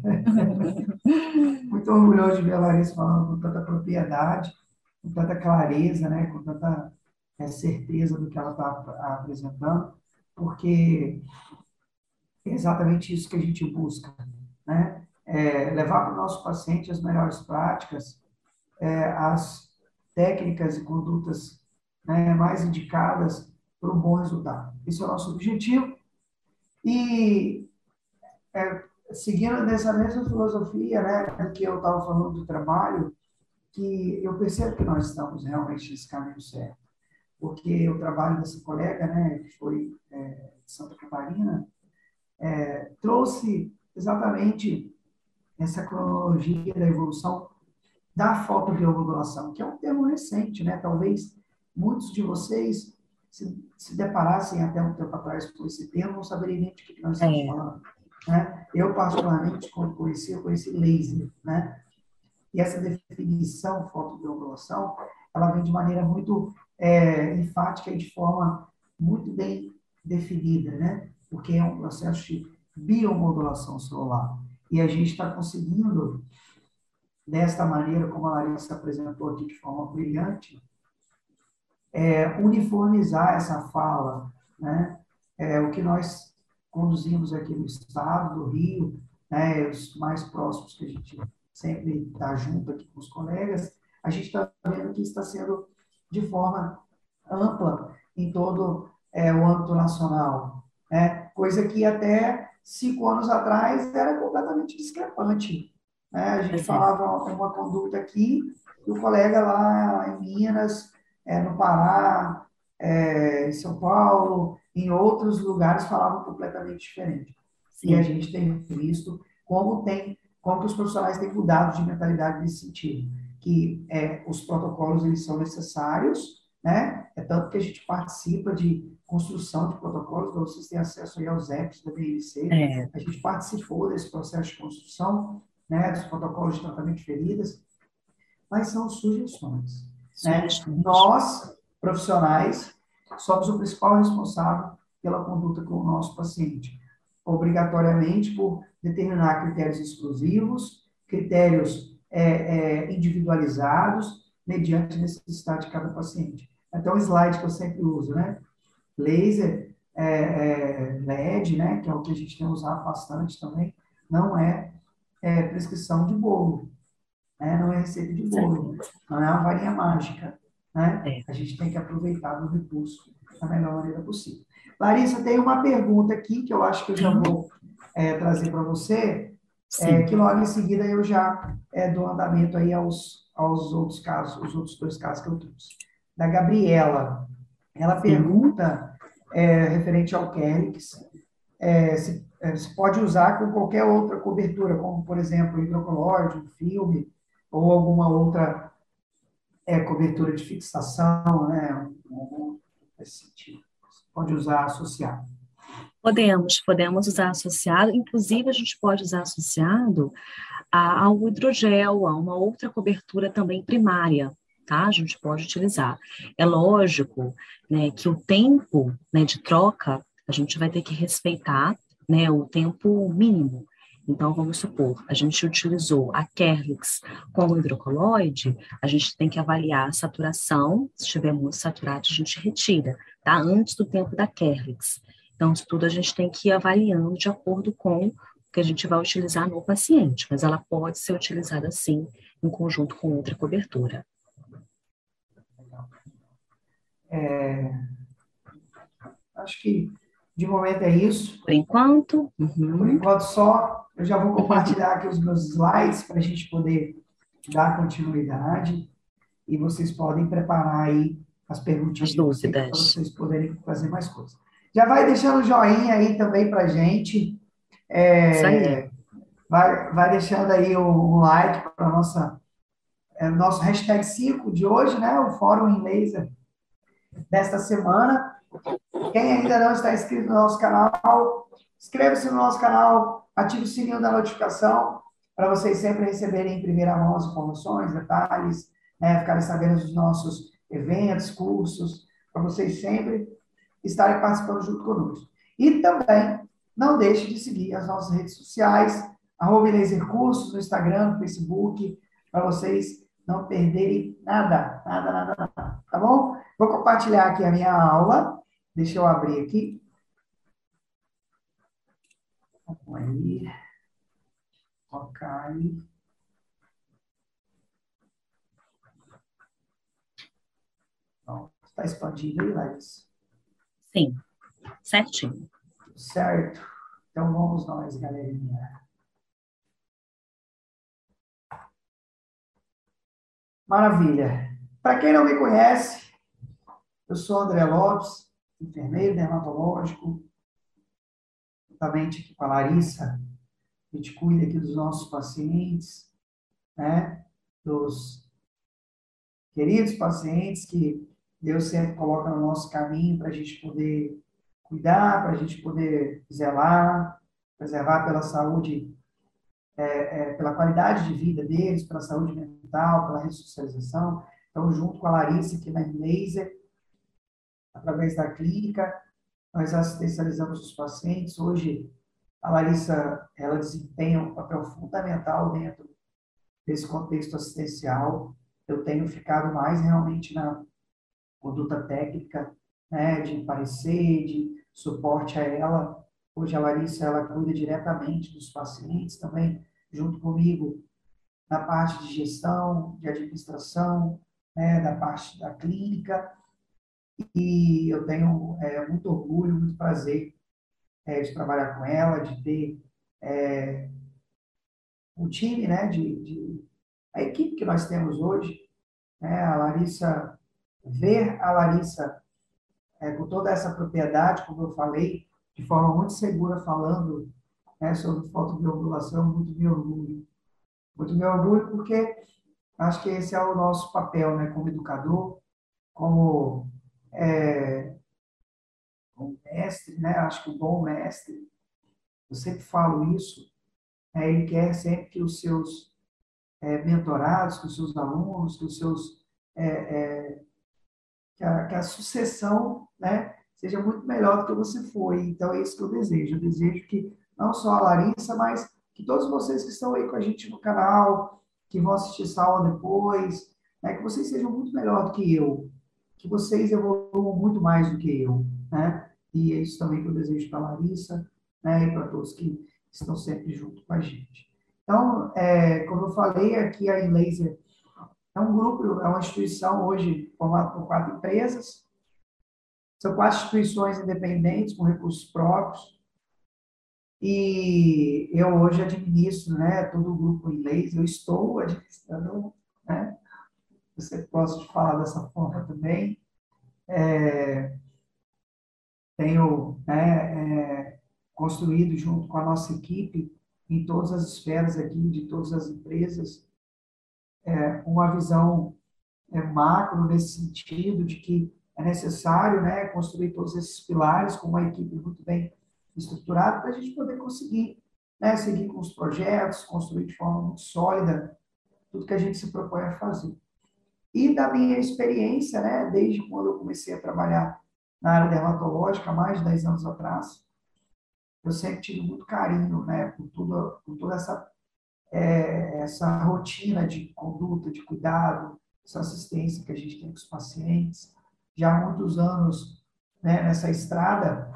Muito orgulhoso de ver a Larissa falando com tanta propriedade, com tanta clareza, né? Com tanta certeza do que ela está apresentando, porque é exatamente isso que a gente busca, né? Levar para o nosso paciente as melhores práticas, as técnicas e condutas, né, mais indicadas para um bom resultado. Esse é o nosso objetivo. E, seguindo nessa mesma filosofia, né, que eu estava falando do trabalho, que eu percebo que nós estamos realmente nesse caminho certo. Porque o trabalho dessa colega, né, que foi de Santa Catarina, trouxe exatamente essa cronologia da evolução da fotobiomodulação, que é um termo recente, né? Talvez muitos de vocês se deparassem até um tempo atrás com esse termo, não saberiam nem de que nós estamos é, falando, né? Eu, particularmente, quando eu conheci laser, né? E essa definição, fotobiomodulação, ela vem de maneira muito enfática e de forma muito bem definida, né? Porque é um processo de biomodulação celular. E a gente está conseguindo, desta maneira, como a Larissa apresentou aqui de forma brilhante, uniformizar essa fala, né? O que nós conduzimos aqui no estado do Rio, né? Os mais próximos que a gente sempre está junto aqui com os colegas, a gente está vendo que está sendo de forma ampla em todo o âmbito nacional, né? Coisa que até 5 anos atrás era completamente discrepante, né? A gente pois é, falava uma conduta aqui e o colega lá em Minas, no Pará, em São Paulo, em outros lugares falavam completamente diferente. E a sim, gente tem visto como que os profissionais têm mudado de mentalidade nesse sentido, que os protocolos eles são necessários, né? É tanto que a gente participa de construção de protocolos, para vocês terem acesso aí aos apps da BNC, é, a gente participou desse processo de construção, né, dos protocolos de tratamento de feridas, mas são sugestões, né? sugestões. Nós, profissionais, somos o principal responsável pela conduta com o nosso paciente, obrigatoriamente por determinar critérios exclusivos, critérios individualizados, mediante a necessidade de cada paciente. Então, o slide que eu sempre uso, né? Laser, LED, né? Que é o que a gente tem usado bastante também, não é prescrição de bolo, né? Não é receita de bolo, não é uma varinha mágica, né? É. A gente tem que aproveitar do recurso da melhor maneira possível. Larissa, tem uma pergunta aqui que eu acho que eu já vou trazer para você, Sim. que logo em seguida eu já dou andamento aí aos outros casos, os outros dois casos que eu trouxe. Da Gabriela, ela Sim. pergunta, referente ao Kerlix, se pode usar com qualquer outra cobertura, como, por exemplo, hidrocolóide, um filme, ou alguma outra cobertura de fixação, né? Nesse sentido. Pode usar associado. Podemos usar associado, inclusive a gente pode usar associado ao hidrogel, a uma outra cobertura também primária, tá? A gente pode utilizar. É lógico, né, que o tempo, né, de troca, a gente vai ter que respeitar, né, o tempo mínimo. Então, vamos supor, a gente utilizou a Kerlix como hidrocoloide, a gente tem que avaliar a saturação, se estiver muito saturado, a gente retira, tá? Antes do tempo da Kerlix. Então, isso tudo a gente tem que ir avaliando de acordo com o que a gente vai utilizar no paciente, mas ela pode ser utilizada, sim, em conjunto com outra cobertura. Acho que, de momento, é isso. Por enquanto? Por enquanto, só. Eu já vou compartilhar aqui os meus slides para a gente poder dar continuidade e vocês podem preparar aí as perguntinhas As de vocês para dúvidas. vocês poderem fazer mais coisas. Já vai deixando o joinha aí também para a gente. Isso aí. Vai deixando aí um like para nosso hashtag 5 de hoje, né? O Fórum em Laser desta semana. Quem ainda não está inscrito no nosso canal, inscreva-se no nosso canal, ative o sininho da notificação para vocês sempre receberem em primeira mão as informações, detalhes, né? Ficarem sabendo dos nossos eventos, cursos, para vocês sempre estarem participando junto conosco. E também não deixe de seguir as nossas redes sociais, @lasercursos no Instagram, no Facebook, para vocês não perderem nada, nada, nada, nada. Tá bom? Vou compartilhar aqui a minha aula. Deixa eu abrir aqui. Vamos aí. Ok. Está expandido aí, Larissa? Sim, certinho. Certo. Então vamos nós, galerinha. Maravilha. Para quem não me conhece, eu sou André Lopes, enfermeiro dermatológico, juntamente aqui com a Larissa. A gente cuida aqui dos nossos pacientes, né? Dos queridos pacientes que Deus sempre coloca no nosso caminho para a gente poder cuidar, para a gente poder zelar, preservar pela saúde, pela qualidade de vida deles, pela saúde mental, pela ressocialização. Então, junto com a Larissa aqui na Laser, através da clínica, nós assistencializamos os pacientes. Hoje, a Larissa, ela desempenha um papel fundamental dentro desse contexto assistencial. Eu tenho ficado mais realmente na conduta técnica, né, de parecer, de suporte a ela. Hoje a Larissa, ela cuida diretamente dos pacientes também, junto comigo, na parte de gestão, de administração, né, da parte da clínica. E eu tenho muito orgulho, muito prazer de trabalhar com ela, de ter o time, né, a equipe que nós temos hoje, né, a Larissa, ver a Larissa com toda essa propriedade, como eu falei, de forma muito segura, falando, né, sobre fotobiomodulação, muito me orgulho. Muito me orgulho porque acho que esse é o nosso papel, né, como educador, como, como mestre, né, acho que um bom mestre, eu sempre falo isso, ele quer sempre que os seus mentorados, que os seus alunos, que os seus que a sucessão, né, seja muito melhor do que você foi. Então, é isso que eu desejo. Eu desejo que não só a Larissa, mas que todos vocês que estão aí com a gente no canal, que vão assistir essa aula depois, né, que vocês sejam muito melhor do que eu, que vocês evoluam muito mais do que eu, né? E é isso também que eu desejo para a Larissa, né, e para todos que estão sempre junto com a gente. Então, como eu falei, aqui a Inlaser é um grupo, é uma instituição hoje formada por 4 empresas. São 4 instituições independentes com recursos próprios. E eu hoje administro, né, todo o grupo Inlaser. Eu estou administrando, né? Você pode falar dessa forma também. Tenho, né, construído junto com a nossa equipe, em todas as esferas aqui, de todas as empresas, uma visão macro nesse sentido de que é necessário, né, construir todos esses pilares com uma equipe muito bem estruturada para a gente poder conseguir, né, seguir com os projetos, construir de forma muito sólida tudo que a gente se propõe a fazer. E da minha experiência, né, desde quando eu comecei a trabalhar na área dermatológica, há mais de 10 anos atrás, eu sempre tive muito carinho, né, por toda essa rotina de conduta, de cuidado, essa assistência que a gente tem com os pacientes. Já há muitos anos, né, nessa estrada,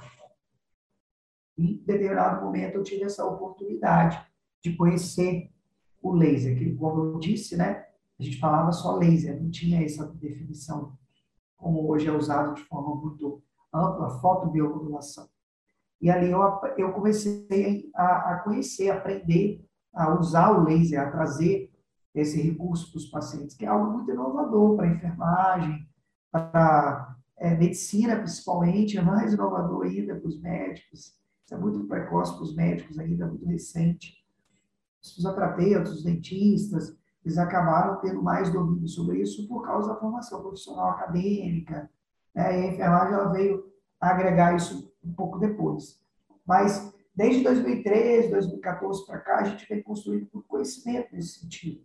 em determinado momento eu tive essa oportunidade de conhecer o laser, que, como eu disse, né, a gente falava só laser, não tinha essa definição, como hoje é usado de forma muito ampla, fotobiomodulação. E ali eu comecei a conhecer, a aprender a usar o laser, a trazer esse recurso para os pacientes, que é algo muito inovador para a enfermagem, para a medicina, principalmente, é mais inovador ainda para os médicos. Isso é muito precoce para os médicos ainda, muito recente. Os fisioterapeutas, os dentistas, eles acabaram tendo mais domínio sobre isso por causa da formação profissional acadêmica, né? E a enfermagem ela veio agregar isso um pouco depois. Mas desde 2013, 2014 para cá, a gente vem construindo muito conhecimento nesse sentido.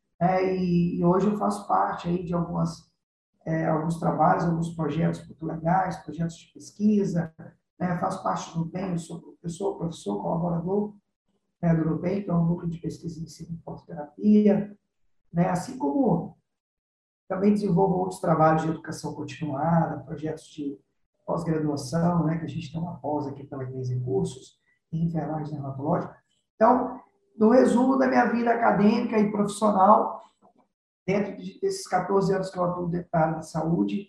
E hoje eu faço parte aí de alguns trabalhos, alguns projetos muito legais, projetos de pesquisa, né? Faço parte do NUPEM, sou professor, colaborador, né, do NUPEM, que é um núcleo de pesquisa em ensino em fototerapia, né? Assim como também desenvolvo outros trabalhos de educação continuada, projetos de pós-graduação, né, que a gente tem uma pós aqui pela Inglês em Cursos, em enfermagem dermatológica. Então, no resumo da minha vida acadêmica e profissional, dentro desses 14 anos que eu atuo dentro da área de saúde,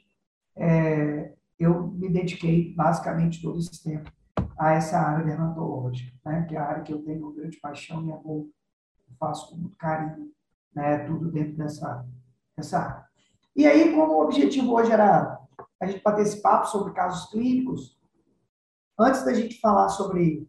eu me dediquei basicamente todo esse tempo a essa área dermatológica, né, que é a área que eu tenho grande paixão e amor, eu faço com muito carinho, né, tudo dentro dessa área. E aí, como o objetivo hoje era a gente bater esse papo sobre casos clínicos, antes da gente falar sobre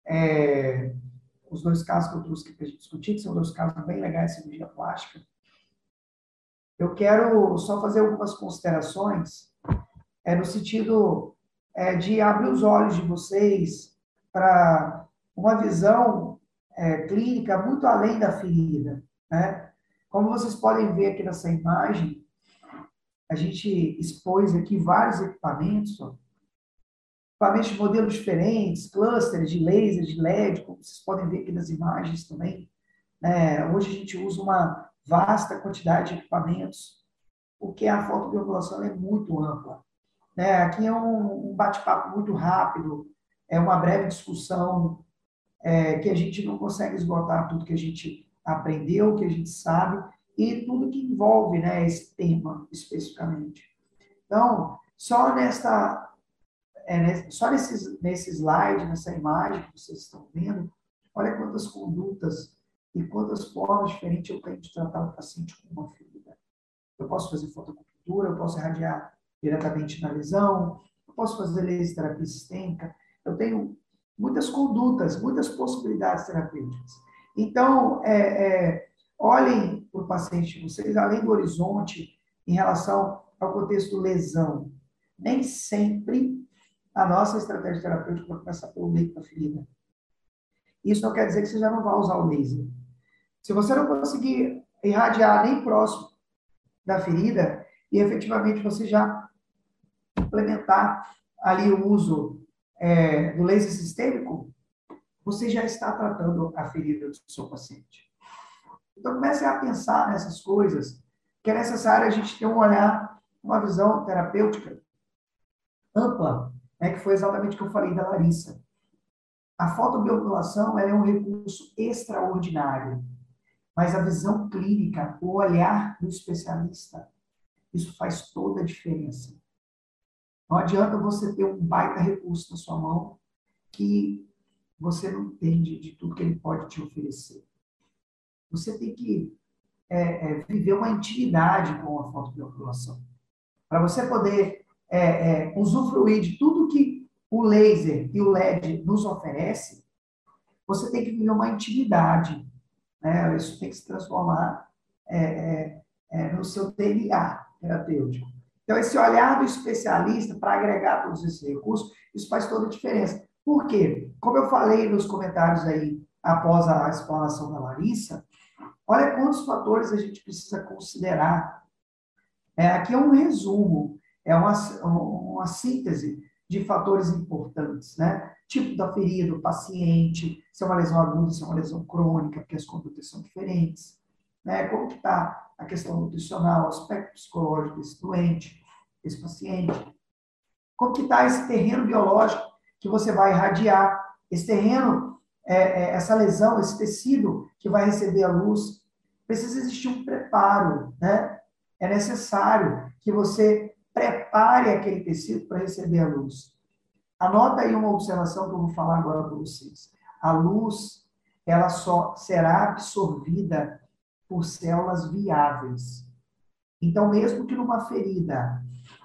os 2 casos que eu trouxe aqui para a gente discutir, que são 2 casos bem legais de cirurgia plástica, eu quero só fazer algumas considerações no sentido de abrir os olhos de vocês para uma visão clínica muito além da ferida, né? Como vocês podem ver aqui nessa imagem, a gente expôs aqui vários equipamentos, equipamentos de modelos diferentes, clusters de laser, de LED, como vocês podem ver aqui nas imagens também. Hoje a gente usa uma vasta quantidade de equipamentos, porque a fotobiomodulação é muito ampla. Aqui é um bate-papo muito rápido, é uma breve discussão, que a gente não consegue esgotar tudo que a gente aprendeu, que a gente sabe, e tudo que envolve, né, esse tema especificamente. Então, só nesse slide, nessa imagem que vocês estão vendo, olha quantas condutas e quantas formas diferentes eu tenho de tratar o paciente com uma ferida. Eu posso fazer fotocultura, eu posso irradiar diretamente na lesão, eu posso fazer laser terapia sistêmica, eu tenho muitas condutas, muitas possibilidades terapêuticas. Então, olhem para o paciente de vocês, além do horizonte, em relação ao contexto lesão. Nem sempre a nossa estratégia terapêutica vai começar pelo meio da ferida. Isso não quer dizer que você já não vai usar o laser. Se você não conseguir irradiar nem próximo da ferida, e efetivamente você já implementar ali o uso do laser sistêmico, você já está tratando a ferida do seu paciente. Então, comece a pensar nessas coisas, que é necessário a gente ter um olhar, uma visão terapêutica ampla, né, que foi exatamente o que eu falei da Larissa. A fotobiomodulação ela é um recurso extraordinário, mas a visão clínica, o olhar do especialista, isso faz toda a diferença. Não adianta você ter um baita recurso na sua mão que você não entende de tudo que ele pode te oferecer. Você tem que viver uma intimidade com a fotobiomodulação. Para você poder usufruir de tudo que o laser e o LED nos oferece, você tem que viver uma intimidade. Né? Isso tem que se transformar no seu DNA terapêutico. Então, esse olhar do especialista para agregar todos esses recursos, isso faz toda a diferença. Por quê? Como eu falei nos comentários aí, após a explanação da Larissa, olha quantos fatores a gente precisa considerar. Aqui é um resumo, é uma síntese de fatores importantes, né? Tipo da ferida, do paciente, se é uma lesão aguda, se é uma lesão crônica, porque as condutas são diferentes, né? Como que está a questão nutricional, o aspecto psicológico desse doente, desse paciente. Como que está esse terreno biológico que você vai irradiar, esse terreno, essa lesão, esse tecido que vai receber a luz. Precisa existir um preparo, né? É necessário que você prepare aquele tecido para receber a luz. Anota aí uma observação que eu vou falar agora para vocês. A luz, ela só será absorvida por células viáveis. Então, mesmo que numa ferida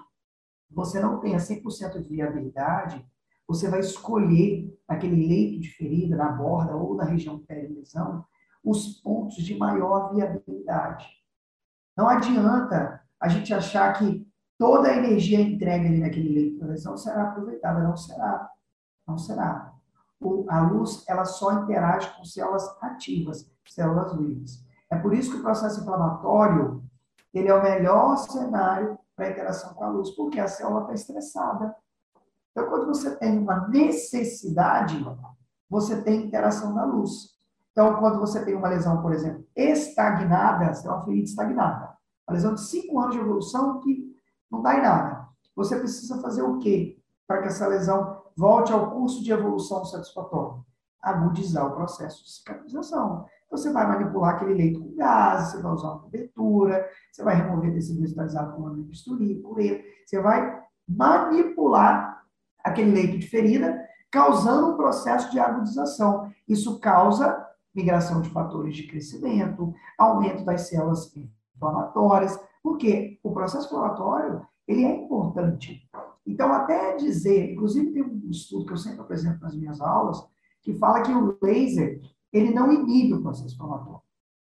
você não tenha 100% de viabilidade, você vai escolher aquele leito de ferida na borda ou na região peri-lesão os pontos de maior viabilidade. Não adianta a gente achar que toda a energia entregue ali naquele leito de lesão será aproveitada. Não será. Não será. A luz, ela só interage com células ativas, células vivas. É por isso que o processo inflamatório, ele é o melhor cenário para a interação com a luz, porque a célula está estressada. Então, quando você tem uma necessidade, você tem interação da luz. Então, quando você tem uma lesão, por exemplo, estagnada, você tem uma ferida estagnada. Uma lesão de 5 anos de evolução que não dá em nada. Você precisa fazer o quê para que essa lesão volte ao curso de evolução satisfatório? Agudizar o processo de cicatrização. Então, você vai manipular aquele leito com gases, você vai usar uma cobertura, você vai remover tecido vegetalizado com uma bisturi, pureza, você vai manipular aquele leito de ferida, causando um processo de agudização. Isso causa migração de fatores de crescimento, aumento das células inflamatórias, porque o processo inflamatório, ele é importante. Então, até dizer, inclusive tem um estudo que eu sempre apresento nas minhas aulas, que fala que o laser, ele não inibe o processo inflamatório.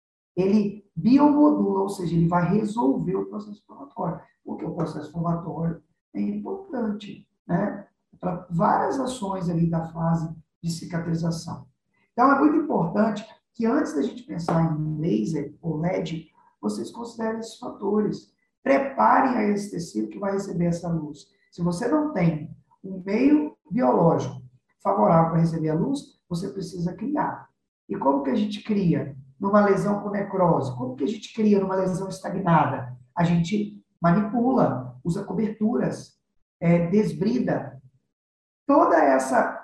Ele biomodula, ou seja, ele vai resolver o processo inflamatório, porque o processo inflamatório é importante, né? Para várias ações ali da fase de cicatrização. Então, é muito importante que antes da gente pensar em laser ou LED, vocês considerem esses fatores. Preparem a esse tecido que vai receber essa luz. Se você não tem um meio biológico favorável para receber a luz, você precisa criar. E como que a gente cria numa lesão com necrose? Como que a gente cria numa lesão estagnada? A gente manipula, usa coberturas, desbrida. Toda essa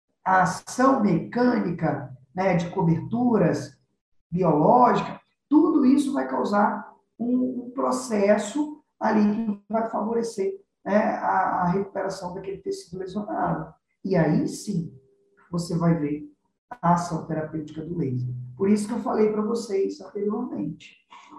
ação mecânica, né, de coberturas biológicas, tudo isso vai causar um processo ali que vai favorecer, né, a recuperação daquele tecido lesionado. E aí sim, você vai ver a ação terapêutica do laser. Por isso que eu falei para vocês anteriormente.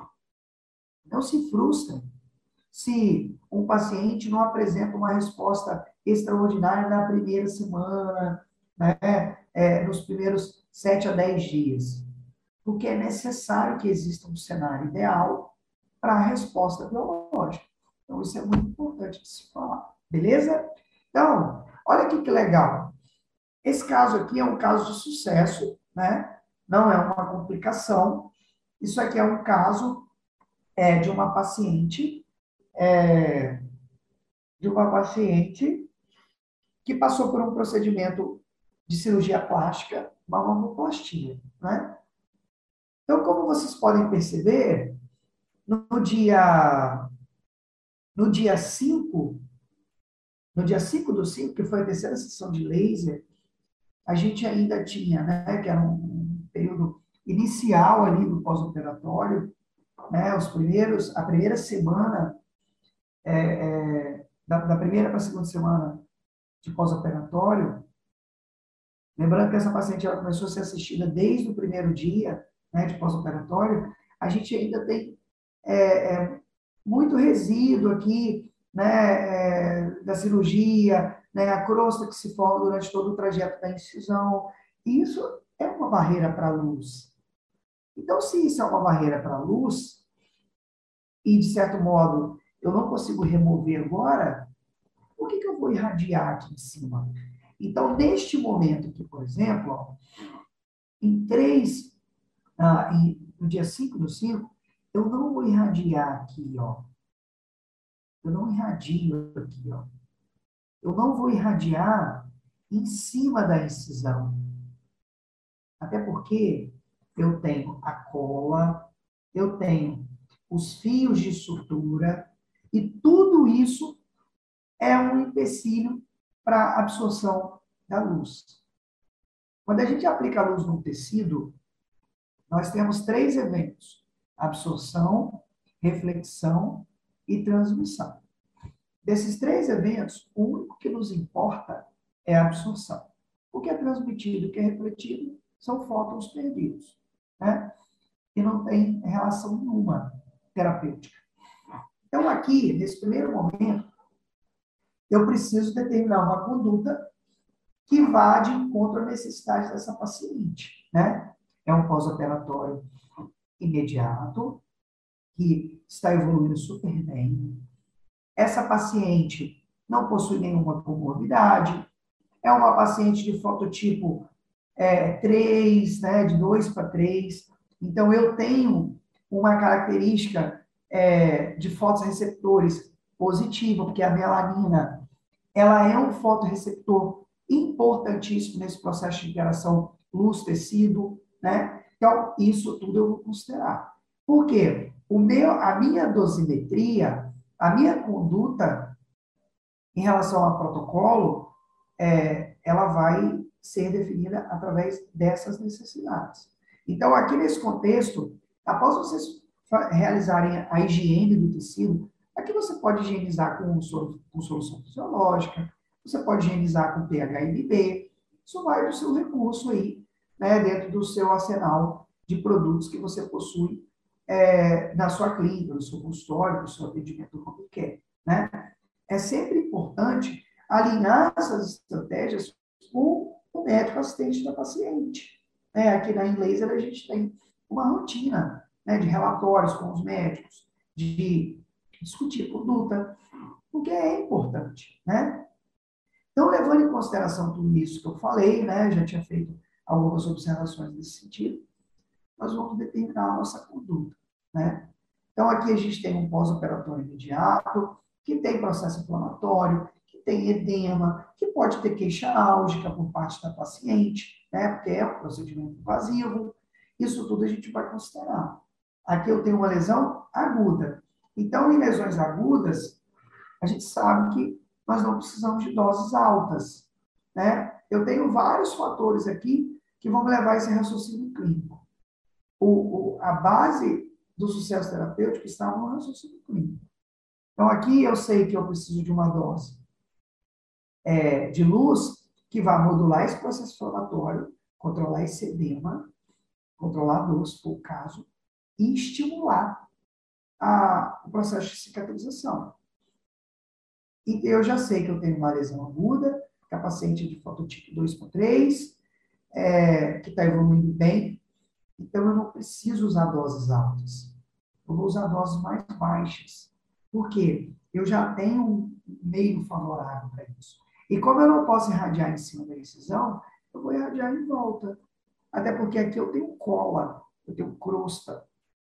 Não se frustrem se um paciente não apresenta uma resposta extraordinária na primeira semana, né, nos primeiros 7 a 10 dias. Porque é necessário que exista um cenário ideal para a resposta biológica. Então, isso é muito importante de se falar. Beleza? Então, olha aqui que legal. Esse caso aqui é um caso de sucesso, né? Não é uma complicação. Isso aqui é um caso de uma paciente que passou por um procedimento de cirurgia plástica, uma mamoplastia, né? Então, como vocês podem perceber, no dia 5 do 5, que foi a terceira sessão de laser, a gente ainda tinha, né, que era um período inicial ali do pós-operatório, né, a primeira semana, da primeira para a segunda semana de pós-operatório, lembrando que essa paciente ela começou a ser assistida desde o primeiro dia, né, de pós-operatório, a gente ainda tem muito resíduo aqui, né, da cirurgia, né, a crosta que se forma durante todo o trajeto da incisão. E isso é uma barreira para a luz. Então, se isso é uma barreira para a luz, e, de certo modo, eu não consigo remover agora, por que eu vou irradiar aqui em cima? Então, neste momento aqui, por exemplo, ó, no dia 5/5, eu não vou irradiar aqui, ó. Eu não irradio aqui, ó. Eu não vou irradiar em cima da incisão. Até porque eu tenho a cola, eu tenho os fios de sutura, e tudo isso é um empecilho para a absorção da luz. Quando a gente aplica a luz no tecido, nós temos 3 eventos: absorção, reflexão e transmissão. Desses 3 eventos, o único que nos importa é a absorção. O que é transmitido, o que é refletido, são fótons perdidos, né? E não tem relação nenhuma terapêutica. Então, aqui, nesse primeiro momento, eu preciso determinar uma conduta que vá de encontro à necessidade dessa paciente, né? É um pós-operatório imediato, que está evoluindo super bem. Essa paciente não possui nenhuma comorbidade, é uma paciente de fototipo 3, né, de 2/3. Então, eu tenho uma característica de fotorreceptores positiva, porque a melanina ela é um fotorreceptor importantíssimo nesse processo de interação luz-tecido, né? Então, isso tudo eu vou considerar. Por quê? A minha dosimetria, a minha conduta em relação ao protocolo, ela vai ser definida através dessas necessidades. Então, aqui nesse contexto, após vocês realizarem a higiene do tecido, aqui você pode higienizar com solução fisiológica, você pode higienizar com pHMB, isso vai do seu recurso aí, né, dentro do seu arsenal de produtos que você possui na sua clínica, no seu consultório, no seu atendimento como quer, né? É sempre importante alinhar essas estratégias com o médico assistente da paciente. Aqui na Inlaser a gente tem uma rotina, né, de relatórios com os médicos, de discutir conduta, porque é importante, né? Então, levando em consideração tudo isso que eu falei, né, já tinha feito algumas observações nesse sentido, nós vamos determinar a nossa conduta, né? Então, aqui a gente tem um pós-operatório imediato, que tem processo inflamatório, que tem edema, que pode ter queixa álgica por parte da paciente, né, porque é um procedimento invasivo. Isso tudo a gente vai considerar. Aqui eu tenho uma lesão aguda. Então, em lesões agudas, a gente sabe que nós não precisamos de doses altas, né? Eu tenho vários fatores aqui que vão me levar a esse raciocínio clínico. A base do sucesso terapêutico está no raciocínio clínico. Então, aqui eu sei que eu preciso de uma dose de luz que vai modular esse processo inflamatório, controlar esse edema, controlar a dor, se for o caso, e estimular o processo de cicatrização. E eu já sei que eu tenho uma lesão aguda, que é a paciente de fototipo 2/3, que está evoluindo bem, então eu não preciso usar doses altas. Eu vou usar doses mais baixas. Por quê? Eu já tenho um meio favorável para isso. E como eu não posso irradiar em cima da incisão, eu vou irradiar em volta. Até porque aqui eu tenho cola, eu tenho crosta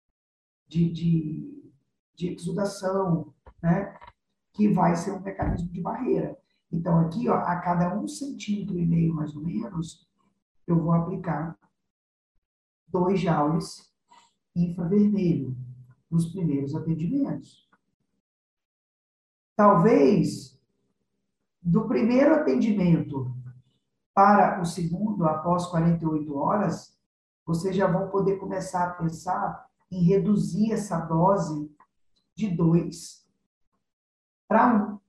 de exudação, né? Que vai ser um mecanismo de barreira. Então, aqui, ó, a cada 1,5 centímetros, mais ou menos, eu vou aplicar 2 joules infravermelho nos primeiros atendimentos. Talvez, do primeiro atendimento para o segundo, após 48 horas, vocês já vão poder começar a pensar em reduzir essa dose de 2 para 1.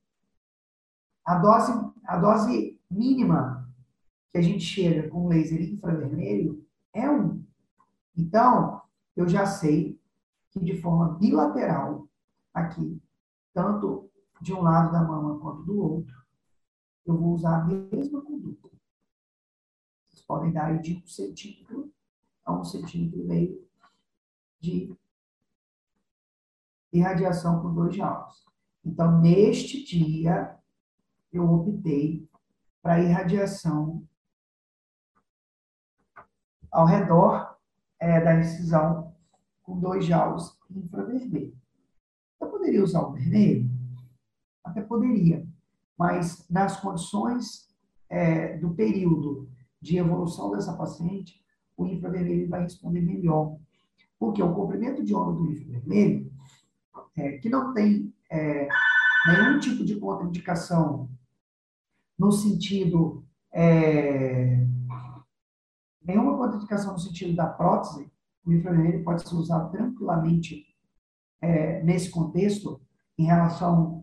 A dose mínima que a gente chega com laser infravermelho é 1. Então, eu já sei que de forma bilateral, aqui, tanto de um lado da mama quanto do outro, eu vou usar a mesma conduta. Vocês podem dar aí de 1 centímetro a 1,5 centímetros de irradiação com 2 joules. Então, neste dia, eu optei para irradiação ao redor da incisão com 2 joules infravermelho. Eu poderia usar o vermelho? Até poderia, mas nas condições do período de evolução dessa paciente, o infravermelho vai responder melhor. Porque o comprimento de onda do infravermelho, que não tem nenhum tipo de contraindicação no sentido, nenhuma contraindicação no sentido da prótese, o infravermelho pode ser usado tranquilamente nesse contexto, em relação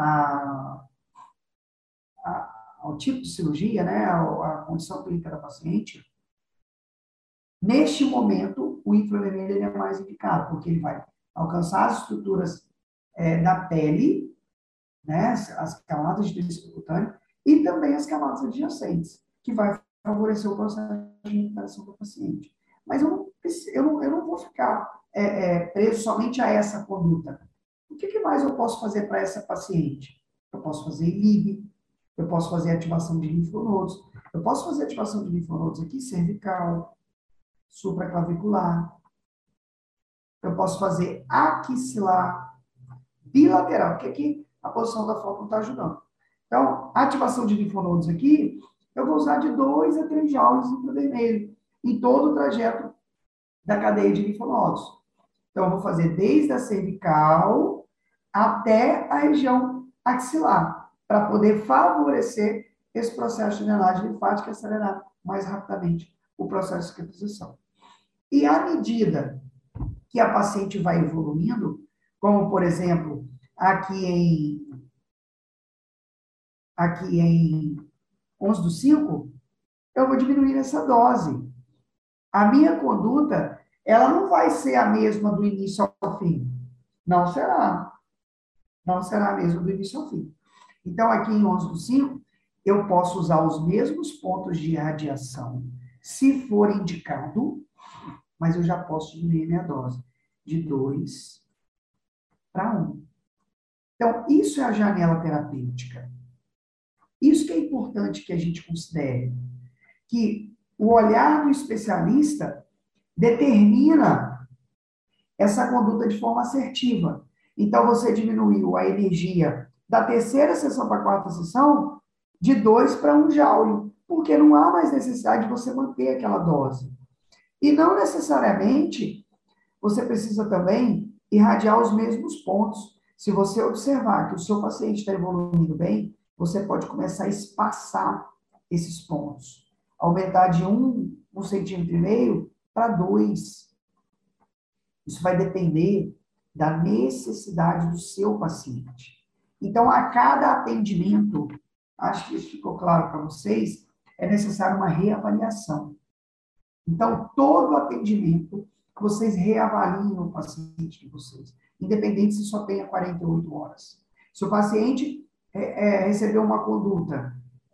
ao tipo de cirurgia, né, à condição clínica da paciente. Neste momento, o infravermelho ele é mais indicado, porque ele vai alcançar as estruturas da pele, né, as camadas de tecido cutâneo, e também as camadas adjacentes, que vai favorecer o processo de recuperação do paciente. Mas eu não vou ficar preso somente a essa conduta. O que mais eu posso fazer para essa paciente? Eu posso fazer ILIB, eu posso fazer ativação de linfonodos, eu posso fazer ativação de linfonodos aqui, cervical, supraclavicular, eu posso fazer axilar, bilateral, porque aqui a posição da foto não está ajudando. Então, a ativação de linfonodos aqui, eu vou usar de 2 a 3 joules infravermelho em todo o trajeto da cadeia de linfonodos. Então, eu vou fazer desde a cervical até a região axilar, para poder favorecer esse processo de drenagem linfática e acelerar mais rapidamente o processo de cicatrização. E à medida que a paciente vai evoluindo, como, por exemplo, aqui em 11/5, eu vou diminuir essa dose. A minha conduta, ela não vai ser a mesma do início ao fim. Não será. Não será a mesma do início ao fim. Então, aqui em 11/5, eu posso usar os mesmos pontos de irradiação, se for indicado, mas eu já posso diminuir minha dose de 2 para 1. Então, isso é a janela terapêutica. Isso que é importante que a gente considere, que o olhar do especialista determina essa conduta de forma assertiva. Então, você diminuiu a energia da 3ª sessão para a 4ª sessão de 2 para 1 joule, porque não há mais necessidade de você manter aquela dose. E não necessariamente você precisa também irradiar os mesmos pontos. Se você observar que o seu paciente está evoluindo bem, você pode começar a espaçar esses pontos. Aumentar de 1,5 centímetro para 2. Isso vai depender da necessidade do seu paciente. Então, a cada atendimento, acho que isso ficou claro para vocês, é necessário uma reavaliação. Então, todo atendimento, vocês reavaliem o paciente de vocês, independente se só tenha 48 horas. Se o paciente recebeu uma conduta,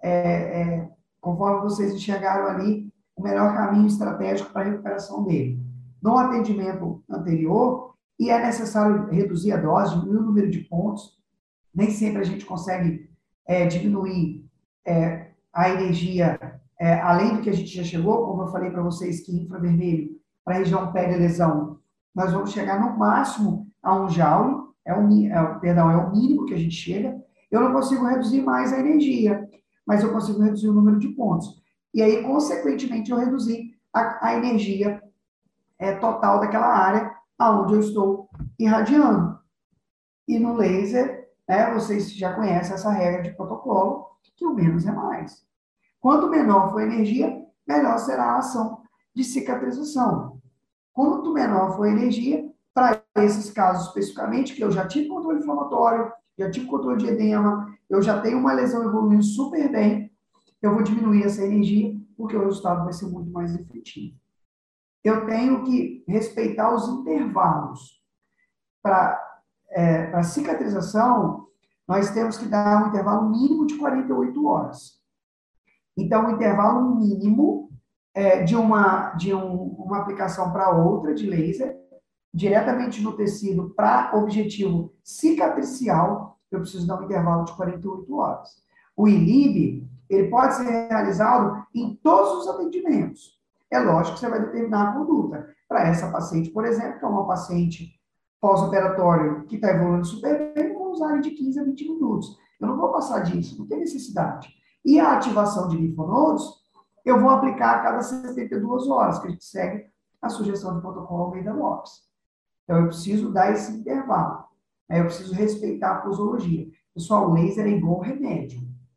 conforme vocês enxergaram ali, o melhor caminho estratégico para a recuperação dele. No atendimento anterior, e é necessário reduzir a dose, diminuir o número de pontos, nem sempre a gente consegue diminuir a energia, além do que a gente já chegou, como eu falei para vocês, que infravermelho, para a região pele-lesão, nós vamos chegar no máximo a 1 joule, é o mínimo que a gente chega. Eu não consigo reduzir mais a energia, mas eu consigo reduzir o número de pontos. E aí, consequentemente, eu reduzi a energia total daquela área aonde eu estou irradiando. E no laser, vocês já conhecem essa regra de protocolo, que o menos é mais. Quanto menor for a energia, melhor será a ação de cicatrização. Quanto menor for a energia, para esses casos especificamente, que eu já tive controle inflamatório, já tive controle de edema, eu já tenho uma lesão evoluindo super bem, eu vou diminuir essa energia, porque o resultado vai ser muito mais efetivo. Eu tenho que respeitar os intervalos. Para cicatrização, nós temos que dar um intervalo mínimo de 48 horas. Então, o intervalo mínimo de uma aplicação para outra, de laser, diretamente no tecido para objetivo cicatricial, eu preciso dar um intervalo de 48 horas. O ILIB, ele pode ser realizado em todos os atendimentos. É lógico que você vai determinar a conduta. Para essa paciente, por exemplo, que é uma paciente pós-operatório que está evoluindo super bem, eu vou usar de 15 a 20 minutos. Eu não vou passar disso, não tem necessidade. E a ativação de linfonodos, eu vou aplicar a cada 72 horas, que a gente segue a sugestão de protocolo Almeida-Lopes. Então, eu preciso dar esse intervalo. Eu preciso respeitar a posologia. Pessoal, o laser é igual remédio.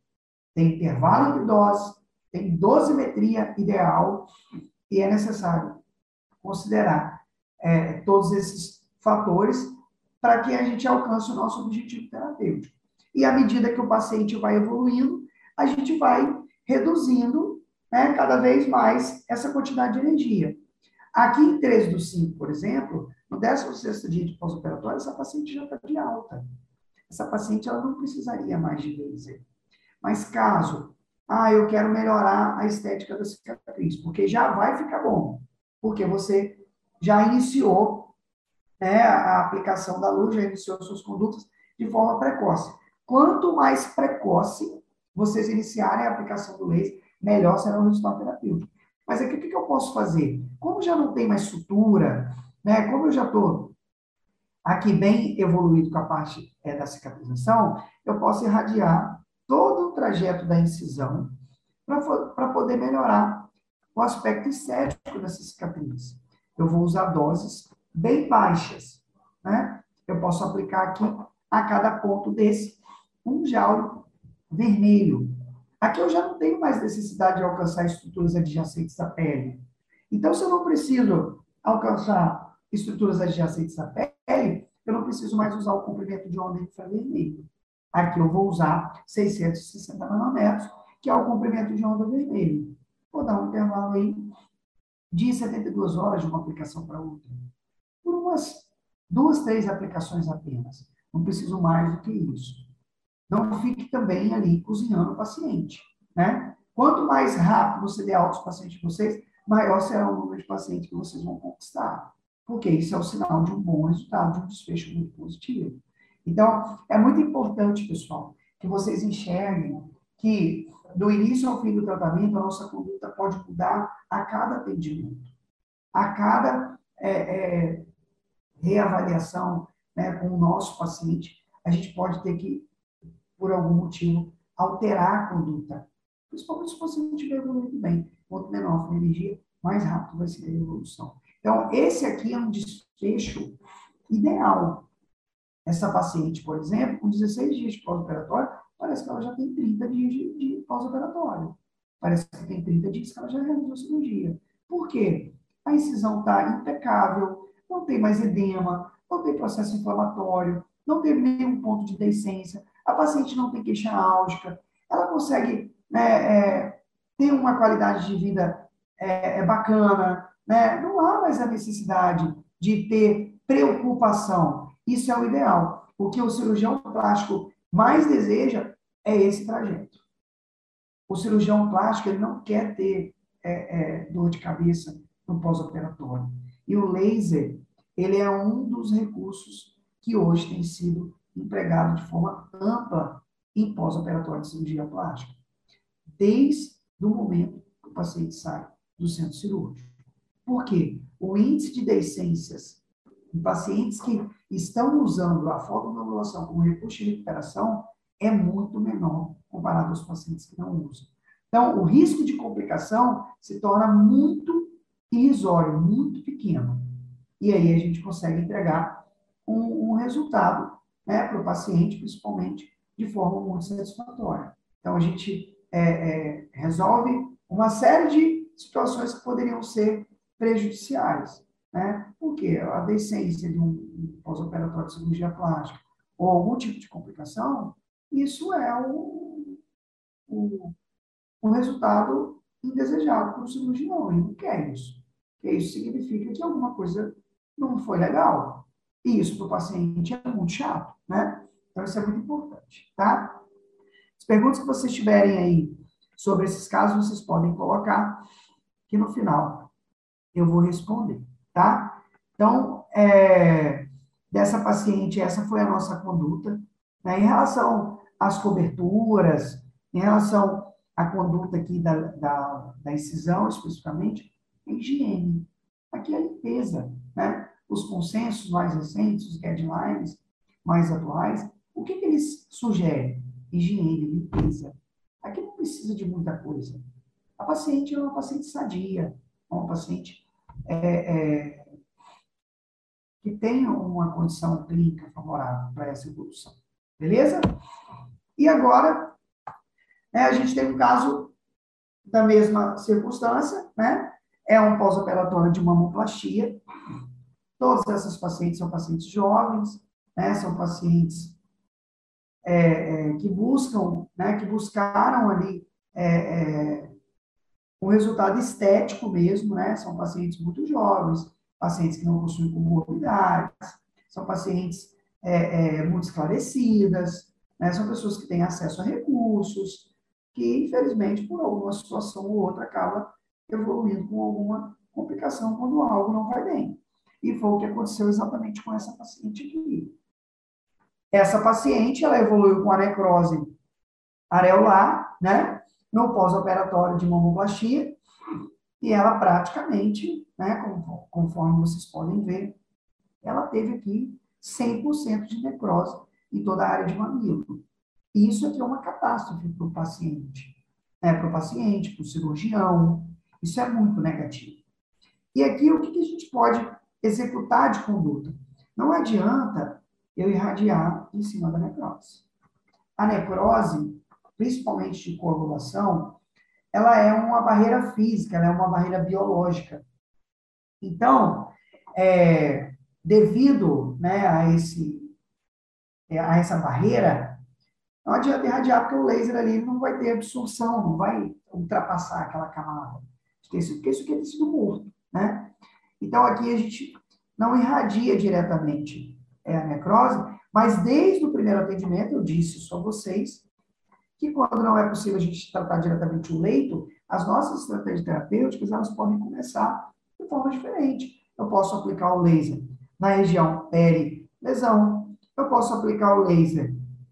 Tem intervalo entre doses, tem dosimetria ideal, e é necessário considerar todos esses fatores para que a gente alcance o nosso objetivo terapêutico. E à medida que o paciente vai evoluindo, a gente vai reduzindo, né, cada vez mais essa quantidade de energia. Aqui em 3/5, por exemplo, no 16º dia de pós-operatório, essa paciente já está de alta. Essa paciente ela não precisaria mais de laser. Mas caso, eu quero melhorar a estética da cicatriz, porque já vai ficar bom, porque você já iniciou, né, a aplicação da luz, já iniciou suas condutas de forma precoce. Quanto mais precoce vocês iniciarem a aplicação do laser, melhor será o resultado terapêutico. Mas aqui, o que eu posso fazer? Como já não tem mais sutura, né, como eu já estou aqui bem evoluído com a parte da cicatrização, eu posso irradiar todo o trajeto da incisão para poder melhorar o aspecto estético dessa cicatriz. Eu vou usar doses bem baixas, né? Eu posso aplicar aqui, a cada ponto desse, um jaule vermelho. Aqui eu já não tenho mais necessidade de alcançar estruturas adjacentes à pele. Então, se eu não preciso alcançar estruturas adjacentes à pele, eu não preciso mais usar o comprimento de onda infravermelho. Aqui eu vou usar 660 nanômetros, que é o comprimento de onda vermelho. Vou dar um intervalo aí de 72 horas de uma aplicação para outra. Por umas 2, 3 aplicações apenas. Não preciso mais do que isso. Não fique também ali cozinhando o paciente, né? Quanto mais rápido você der alta aos pacientes de vocês, maior será o número de pacientes que vocês vão conquistar. Porque isso é o sinal de um bom resultado, de um desfecho muito positivo. Então, é muito importante, pessoal, que vocês enxerguem que, do início ao fim do tratamento, a nossa conduta pode mudar a cada atendimento. A cada reavaliação, né, com o nosso paciente, a gente pode ter que, por algum motivo, alterar a conduta. Principalmente se o paciente estiver evoluindo bem. Quanto menor for a energia, mais rápido vai ser a evolução. Então, esse aqui é um desfecho ideal. Essa paciente, por exemplo, com 16 dias de pós-operatório, parece que ela já tem 30 dias de pós-operatório. Parece que tem 30 dias que ela já realizou a cirurgia. Por quê? A incisão está impecável, não tem mais edema, não tem processo inflamatório, não teve nenhum ponto de deiscência, a paciente não tem queixa álgica, ela consegue, né, ter uma qualidade de vida bacana, né? Não há mais a necessidade de ter preocupação. Isso é o ideal. O que o cirurgião plástico mais deseja é esse trajeto. O cirurgião plástico ele não quer ter dor de cabeça no pós-operatório. E o laser, ele é um dos recursos que hoje tem sido empregado de forma ampla em pós-operatório de cirurgia plástica. Desde o momento que o paciente sai do centro cirúrgico. Por quê? O índice de deiscências em pacientes que estão usando a fotocoagulação como recurso de recuperação é muito menor comparado aos pacientes que não usam. Então, o risco de complicação se torna muito irrisório, muito pequeno. E aí a gente consegue entregar um resultado, né, para o paciente, principalmente, de forma muito satisfatória. Então, a gente resolve uma série de situações que poderiam ser prejudiciais, né? Porque a decência de um pós-operatório de cirurgia plástica ou algum tipo de complicação, isso é o resultado indesejado para o cirurgião, ele não quer isso. Porque isso significa que alguma coisa não foi legal. E isso para o paciente é muito chato, né? Então, isso é muito importante, tá? As perguntas que vocês tiverem aí sobre esses casos, vocês podem colocar, que no final eu vou responder, tá? Então, dessa paciente, essa foi a nossa conduta, né? Em relação às coberturas, em relação à conduta aqui da incisão, especificamente, a higiene. Aqui é a limpeza, né? Os consensos mais recentes, os guidelines mais atuais, o que eles sugerem? Higiene, limpeza. Aqui não precisa de muita coisa. A paciente é uma paciente sadia, é uma paciente que tem uma condição clínica favorável para essa evolução. Beleza? E agora, a gente tem um caso da mesma circunstância, né? É um pós-operatório de mamoplastia. Todas essas pacientes são pacientes jovens, né? São pacientes que buscam, né? Que buscaram ali um resultado estético mesmo, né? São pacientes muito jovens, pacientes que não possuem comorbidades, são pacientes muito esclarecidas, né? São pessoas que têm acesso a recursos, que, infelizmente, por alguma situação ou outra, acaba evoluindo com alguma complicação quando algo não vai bem. E foi o que aconteceu exatamente com essa paciente aqui. Essa paciente, ela evoluiu com a necrose areolar, né? No pós-operatório de mamoplastia, e ela praticamente, né, conforme vocês podem ver, ela teve aqui 100% de necrose em toda a área de mamilo. E isso aqui é uma catástrofe para o paciente, né, para o cirurgião, isso é muito negativo. E aqui, o que a gente pode executar de conduta? Não adianta eu irradiar em cima da necrose. A necrose, principalmente de coagulação, ela é uma barreira física, ela é uma barreira biológica. Então, devido, né, a essa barreira, não adianta irradiar, porque o laser ali não vai ter absorção, não vai ultrapassar aquela camada de tecido, porque isso aqui é tecido morto, né? Então, aqui a gente não irradia diretamente a necrose, mas desde o primeiro atendimento, eu disse isso a vocês, que quando não é possível a gente tratar diretamente o leito, as nossas estratégias terapêuticas, elas podem começar de forma diferente. Eu posso aplicar o laser na região peri-lesão, eu posso aplicar o laser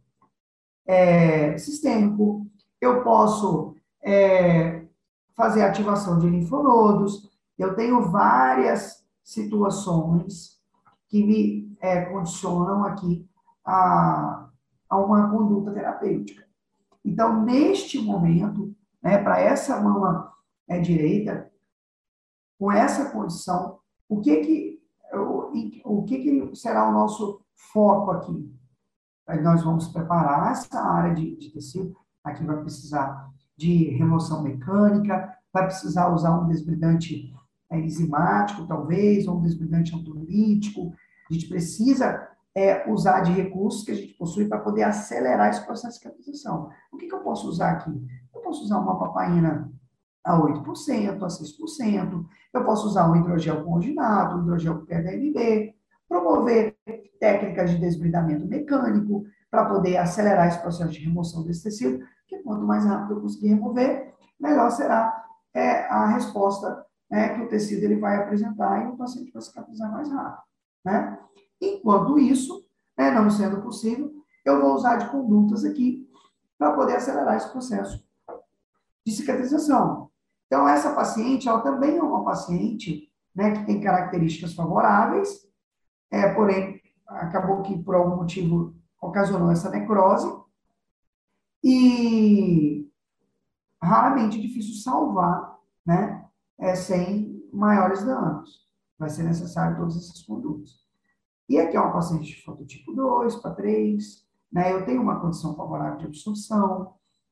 sistêmico, eu posso fazer ativação de linfonodos, eu tenho várias situações que me condicionam aqui a uma conduta terapêutica. Então, neste momento, né, para essa mama direita, com essa condição, o que será o nosso foco aqui? Nós vamos preparar essa área de tecido, aqui vai precisar de remoção mecânica, vai precisar usar um desbridante enzimático, talvez, ou um desbridante autolítico. A gente precisa usar de recursos que a gente possui para poder acelerar esse processo de cicatrização. O que eu posso usar aqui? Eu posso usar uma papaina a 8%, a 6%, eu posso usar um hidrogel congenado, um hidrogel com PHMB, promover técnicas de desbridamento mecânico para poder acelerar esse processo de remoção desse tecido, porque quanto mais rápido eu conseguir remover, melhor será a resposta que o tecido ele vai apresentar e o paciente vai cicatrizar mais rápido, né? Enquanto isso, não sendo possível, eu vou usar de condutas aqui para poder acelerar esse processo de cicatrização. Então, essa paciente, ela também é uma paciente, né, que tem características favoráveis, porém, acabou que por algum motivo ocasionou essa necrose, e raramente é difícil salvar, né, sem maiores danos. Vai ser necessário todas essas condutas. E aqui é uma paciente de fototipo 2 para 3, né, eu tenho uma condição favorável de absorção,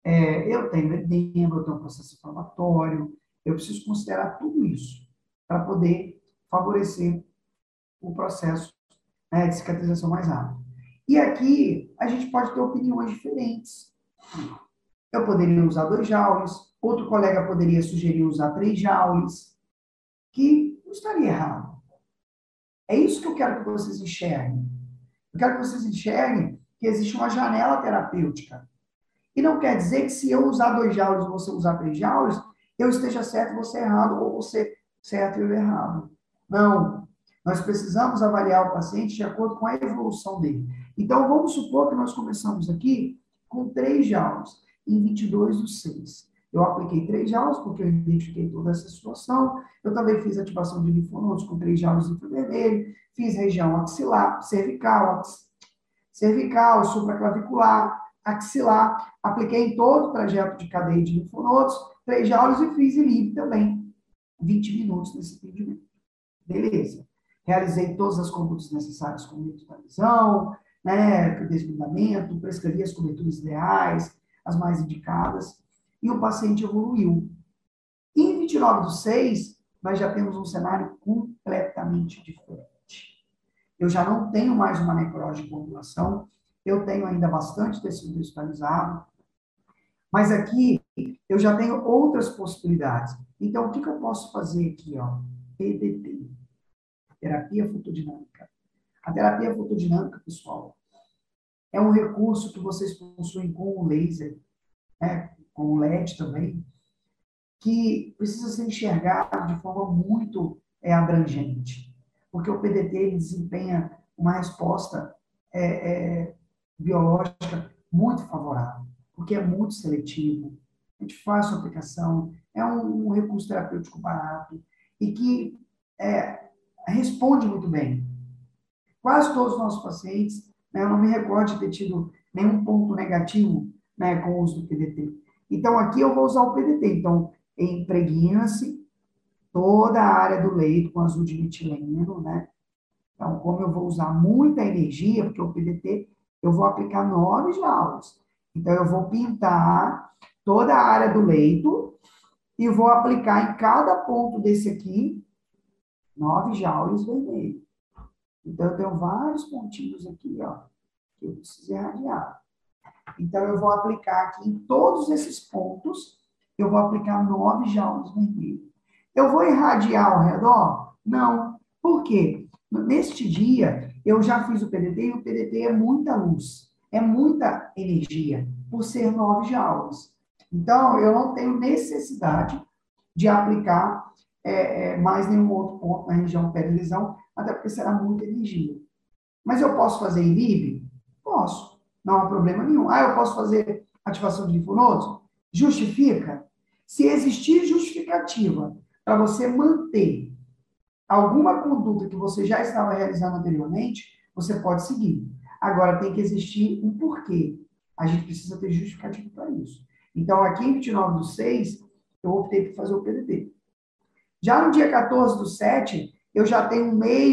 eu tenho edema, eu tenho um processo inflamatório, eu preciso considerar tudo isso para poder favorecer o processo, né, de cicatrização mais rápido. E aqui a gente pode ter opiniões diferentes. Eu poderia usar 2 joules, outro colega poderia sugerir usar 3 joules, que não estaria errado. É isso que eu quero que vocês enxerguem. Eu quero que vocês enxerguem que existe uma janela terapêutica. E não quer dizer que se eu usar 2 joules e você usar 3 joules, eu esteja certo e você errado, ou você certo e eu errado. Não. Nós precisamos avaliar o paciente de acordo com a evolução dele. Então, vamos supor que nós começamos aqui com 3 joules, em 22/6. Eu apliquei 3 joules porque eu identifiquei toda essa situação. Eu também fiz ativação de linfonodos com 3 joules infravermelho. Fiz região axilar, cervical, supraclavicular, axilar. Apliquei em todo o trajeto de cadeia de linfonodos, 3 joules e fiz ILIB também. 20 minutos nesse atendimento. Beleza. Realizei todas as condutas necessárias com medo da lesão, né, desmudamento, prescrevi as coberturas ideais, as mais indicadas, e o paciente evoluiu. Em 29/6, nós já temos um cenário completamente diferente. Eu já não tenho mais uma necrose de coagulação, eu tenho ainda bastante tecido visualizado, mas aqui eu já tenho outras possibilidades. Então, o que eu posso fazer aqui? Ó? PDT, terapia fotodinâmica. A terapia fotodinâmica, pessoal, é um recurso que vocês possuem com o laser, né, com o LED também, que precisa ser enxergado de forma muito abrangente, porque o PDT ele desempenha uma resposta biológica muito favorável, porque é muito seletivo, é de fácil aplicação, é um recurso terapêutico barato e que responde muito bem. Quase todos os nossos pacientes, né, eu não me recordo de ter tido nenhum ponto negativo, né, com o uso do PDT. Então, aqui eu vou usar o PDT. Então, impregna-se toda a área do leito com azul de metileno, né? Então, como eu vou usar muita energia, porque o PDT, eu vou aplicar 9 joules. Então, eu vou pintar toda a área do leito e vou aplicar em cada ponto desse aqui 9 joules vermelho. Então, eu tenho vários pontinhos aqui, ó, que eu preciso irradiar. Então, eu vou aplicar aqui em todos esses pontos, eu vou aplicar 9 joules vermelho. Eu vou irradiar ao redor? Não. Por quê? Neste dia, eu já fiz o PDT e o PDT é muita luz, é muita energia, por ser 9 joules. Então, eu não tenho necessidade de aplicar mais nenhum outro ponto na região pele-lesão, até porque será muita energia. Mas eu posso fazer ILIB? Posso. Não há problema nenhum. Eu posso fazer ativação de linfonodos? Justifica? Se existir justificativa para você manter alguma conduta que você já estava realizando anteriormente, você pode seguir. Agora, tem que existir um porquê. A gente precisa ter justificativo para isso. Então, aqui em 29/6, eu optei por fazer o PDT. Já no dia 14/7, eu já tenho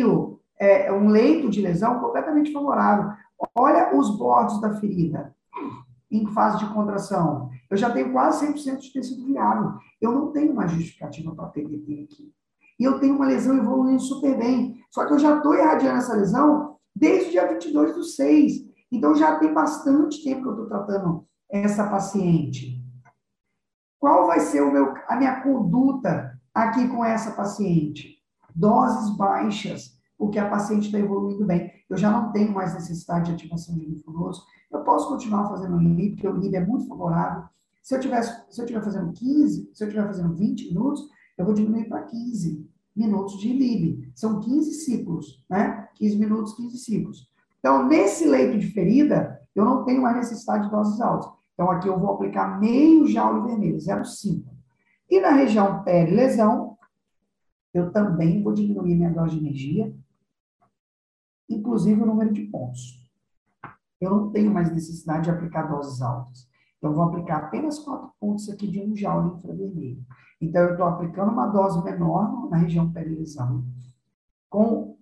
um leito de lesão completamente favorável. Olha os bordos da ferida em fase de contração. Eu já tenho quase 100% de tecido viável. Eu não tenho mais justificativa para PDT aqui. E eu tenho uma lesão evoluindo super bem. Só que eu já estou irradiando essa lesão desde o dia 22/6. Então, já tem bastante tempo que eu estou tratando essa paciente. Qual vai ser a minha conduta aqui com essa paciente? Doses baixas, porque a paciente está evoluindo bem. Eu já não tenho mais necessidade de ativação de linfonodos. Eu posso continuar fazendo o LIB, porque o LIB é muito favorável. Se eu estiver fazendo 15, se eu estiver fazendo 20 minutos, eu vou diminuir para 15 minutos de LIB. São 15 ciclos, né? 15 minutos, 15 ciclos. Então, nesse leito de ferida, eu não tenho mais necessidade de doses altas. Então, aqui eu vou aplicar meio joule vermelho, 0,5. E na região pele-lesão, eu também vou diminuir minha dose de energia, inclusive o número de pontos. Eu não tenho mais necessidade de aplicar doses altas. Então, eu vou aplicar apenas 4 pontos aqui de 1 joule infravermelho. Então, eu estou aplicando uma dose menor na região pele-lesão, com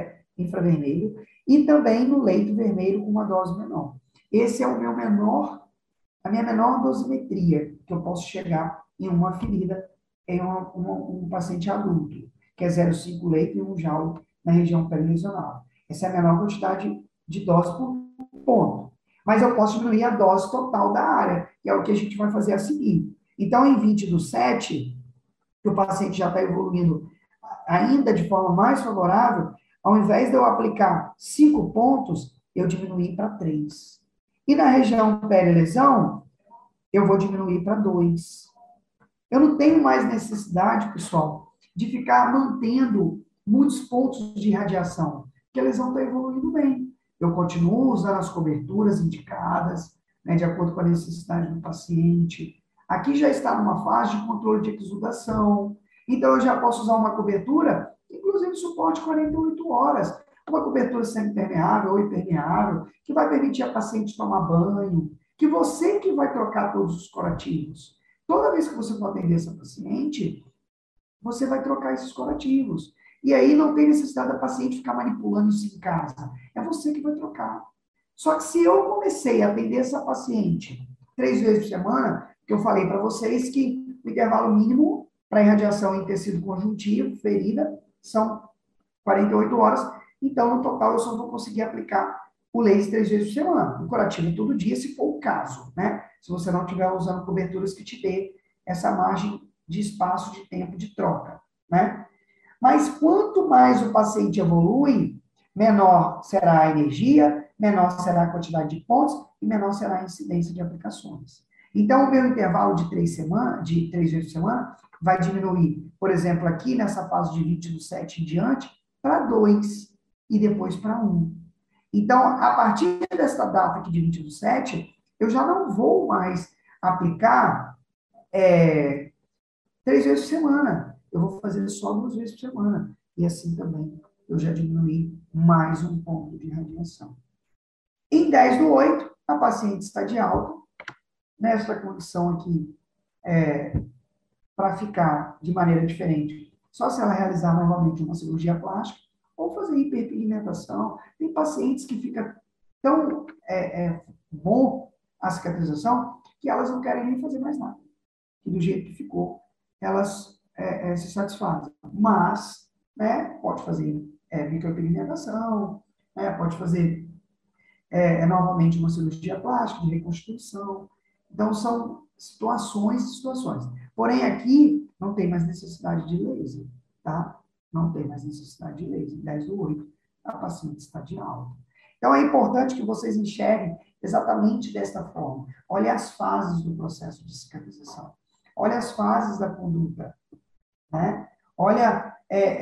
infravermelho, e também no leito vermelho com uma dose menor. Esse é o meu menor a minha menor dosimetria que eu posso chegar em uma ferida em um paciente adulto, que é 0,5 leito e 1 joule na região perilesional. Essa é a menor quantidade de dose por ponto. Mas eu posso diminuir a dose total da área, que é o que a gente vai fazer a seguir. Então, em 20/7, que o paciente já está evoluindo ainda de forma mais favorável, ao invés de eu aplicar 5 pontos, eu diminuí para 3. E na região perilesão, eu vou diminuir para 2. Eu não tenho mais necessidade, pessoal, de ficar mantendo muitos pontos de radiação, porque a lesão está evoluindo bem. Eu continuo usando as coberturas indicadas, né, de acordo com a necessidade do paciente. Aqui já está numa fase de controle de exudação. Então, eu já posso usar uma cobertura, inclusive suporte 48 horas. Uma cobertura semi-permeável ou impermeável, que vai permitir a paciente tomar banho, que você que vai trocar todos os curativos. Toda vez que você for atender essa paciente, você vai trocar esses curativos. E aí não tem necessidade da paciente ficar manipulando isso em casa. É você que vai trocar. Só que se eu comecei a atender essa paciente 3 vezes por semana, que eu falei para vocês que o intervalo mínimo para irradiação em tecido conjuntivo, ferida, são 48 horas. Então, no total, eu só vou conseguir aplicar o laser 3 vezes por semana. O curativo todo dia, se for o caso, né? Se você não estiver usando coberturas que te dê essa margem de espaço de tempo de troca, né? Mas quanto mais o paciente evolui, menor será a energia, menor será a quantidade de pontos e menor será a incidência de aplicações. Então, o meu intervalo de 3 vezes por semana, vai diminuir, por exemplo, aqui nessa fase de 20/7 em diante, para 2 e depois para 1. Então, a partir dessa data aqui de 20/7, eu já não vou mais aplicar 3 vezes por semana. Eu vou fazer só 2 vezes por semana. E assim também eu já diminuí mais um ponto de radiação. Em 10/8, a paciente está de alta. Nessa condição aqui, para ficar de maneira diferente, só se ela realizar novamente uma cirurgia plástica ou fazer hiperpigmentação. Tem pacientes que fica tão bom a cicatrização que elas não querem nem fazer mais nada. Que do jeito que ficou, elas se satisfazem. Mas, né, pode fazer micropigmentação, né, pode fazer novamente uma cirurgia plástica de reconstituição. Então, são situações e situações. Porém, aqui não tem mais necessidade de laser, tá? Não tem mais necessidade de laser. 10/8, a paciente está de alta. Então, é importante que vocês enxerguem exatamente desta forma. Olhe as fases do processo de cicatrização. Olha as fases da conduta, né? Olha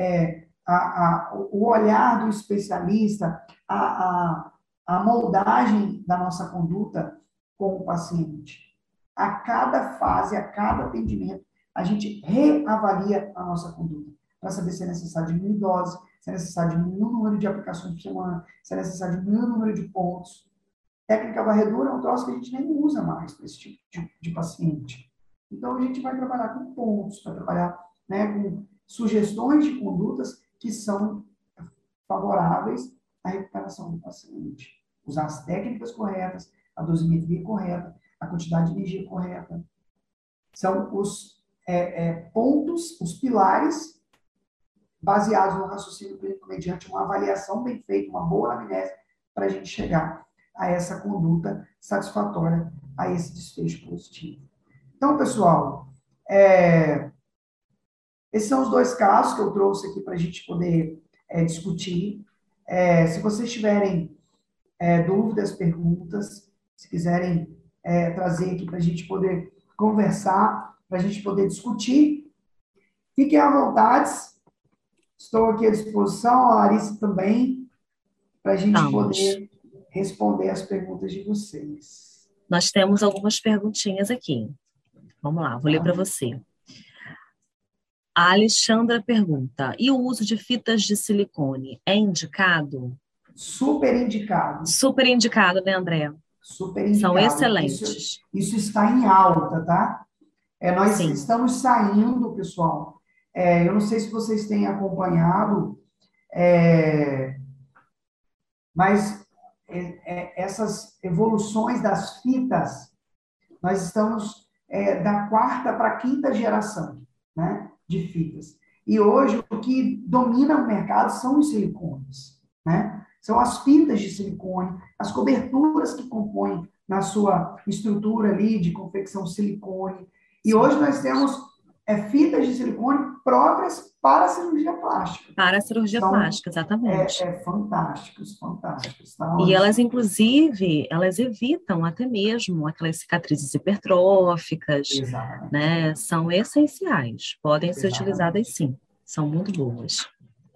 o olhar do especialista, a moldagem da nossa conduta com o paciente. A cada fase, a cada atendimento, a gente reavalia a nossa conduta para saber se é necessário diminuir dose, se é necessário diminuir o número de aplicações por semana, se é necessário diminuir o número de pontos. Técnica varredura é um troço que a gente nem usa mais para esse tipo de paciente. Então, a gente vai trabalhar com pontos, vai trabalhar, né, com sugestões de condutas que são favoráveis à recuperação do paciente. Usar as técnicas corretas, a dosimetria correta, a quantidade de energia correta. São os pontos, os pilares baseados no raciocínio clínico mediante uma avaliação bem feita, uma boa anamnese, para a gente chegar a essa conduta satisfatória, a esse desfecho positivo. Então, pessoal, esses são os 2 casos que eu trouxe aqui para a gente poder discutir. Se vocês tiverem dúvidas, perguntas, se quiserem trazer aqui para a gente poder conversar, para a gente poder discutir, fiquem à vontade. Estou aqui à disposição, a Larissa também, para a gente poder responder as perguntas de vocês. Nós temos algumas perguntinhas aqui. Vamos lá, vou ler para você. A Alexandra pergunta: e o uso de fitas de silicone é indicado? Super indicado. Super indicado, né, André? Super indicado. São excelentes. Isso está em alta, tá? Nós estamos saindo, pessoal. Eu não sei se vocês têm acompanhado, mas essas evoluções das fitas, nós estamos da quarta para a quinta geração, né, de fitas. E hoje o que domina o mercado são os silicones, né? São as fitas de silicone, as coberturas que compõem na sua estrutura ali de confecção silicone. E hoje nós temos fitas de silicone próprias para a cirurgia plástica. Para a cirurgia plástica, exatamente. Fantásticos, fantásticos. Tá? E elas, inclusive, elas evitam até mesmo aquelas cicatrizes hipertróficas, né? São essenciais, podem ser utilizadas sim, são muito boas.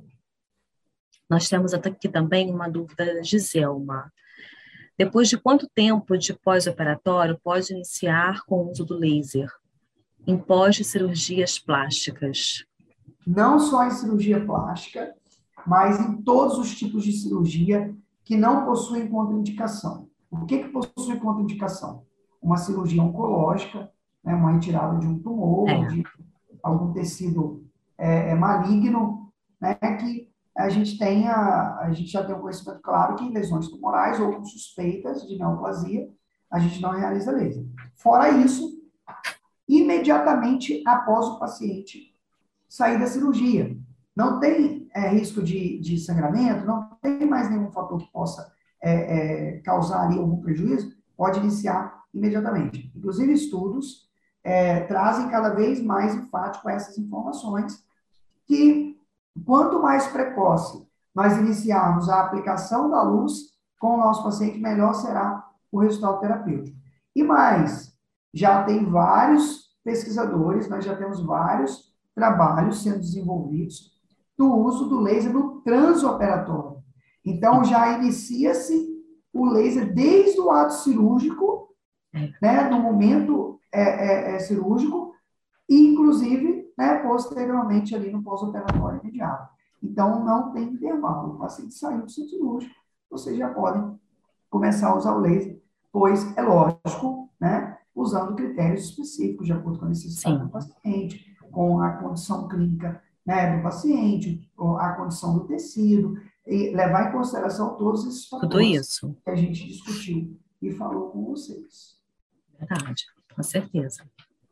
Nós temos aqui também uma dúvida de Zelma. Depois de quanto tempo de pós-operatório pode iniciar com o uso do laser em pós-cirurgias plásticas? Não só em cirurgia plástica, mas em todos os tipos de cirurgia que não possuem contraindicação. O que possui contraindicação? Uma cirurgia oncológica, né, uma retirada de um tumor, de algum tecido maligno, né, que a gente já tem um conhecimento claro que em lesões tumorais ou com suspeitas de neoplasia, a gente não realiza laser. Fora isso, imediatamente após o paciente sair da cirurgia. Não tem risco de sangramento, não tem mais nenhum fator que possa causar ali algum prejuízo, pode iniciar imediatamente. Inclusive, estudos trazem cada vez mais enfático essas informações, que quanto mais precoce nós iniciarmos a aplicação da luz com o nosso paciente, melhor será o resultado terapêutico. E mais, já tem vários pesquisadores, nós já temos vários trabalhos sendo desenvolvidos do uso do laser no transoperatório. Então, já inicia-se o laser desde o ato cirúrgico, né, no momento cirúrgico, e, inclusive, né, posteriormente ali no pós-operatório imediato. Então, não tem intervalo. O paciente saiu do centro cirúrgico, vocês já podem começar a usar o laser, pois é lógico, né, usando critérios específicos, de acordo com a necessidade do paciente, com a condição clínica, né, do paciente, a condição do tecido, e levar em consideração todos esses fatores que a gente discutiu e falou com vocês. Verdade, com certeza.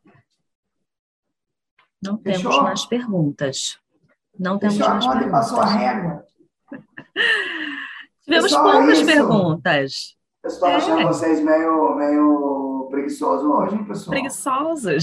Não Fechou? Temos mais perguntas. Não temos Fechou mais a conta perguntas. E passou a régua? Tivemos poucas perguntas. Eu estou achando vocês meio preguiçosos hoje, hein, pessoal? Preguiçosos.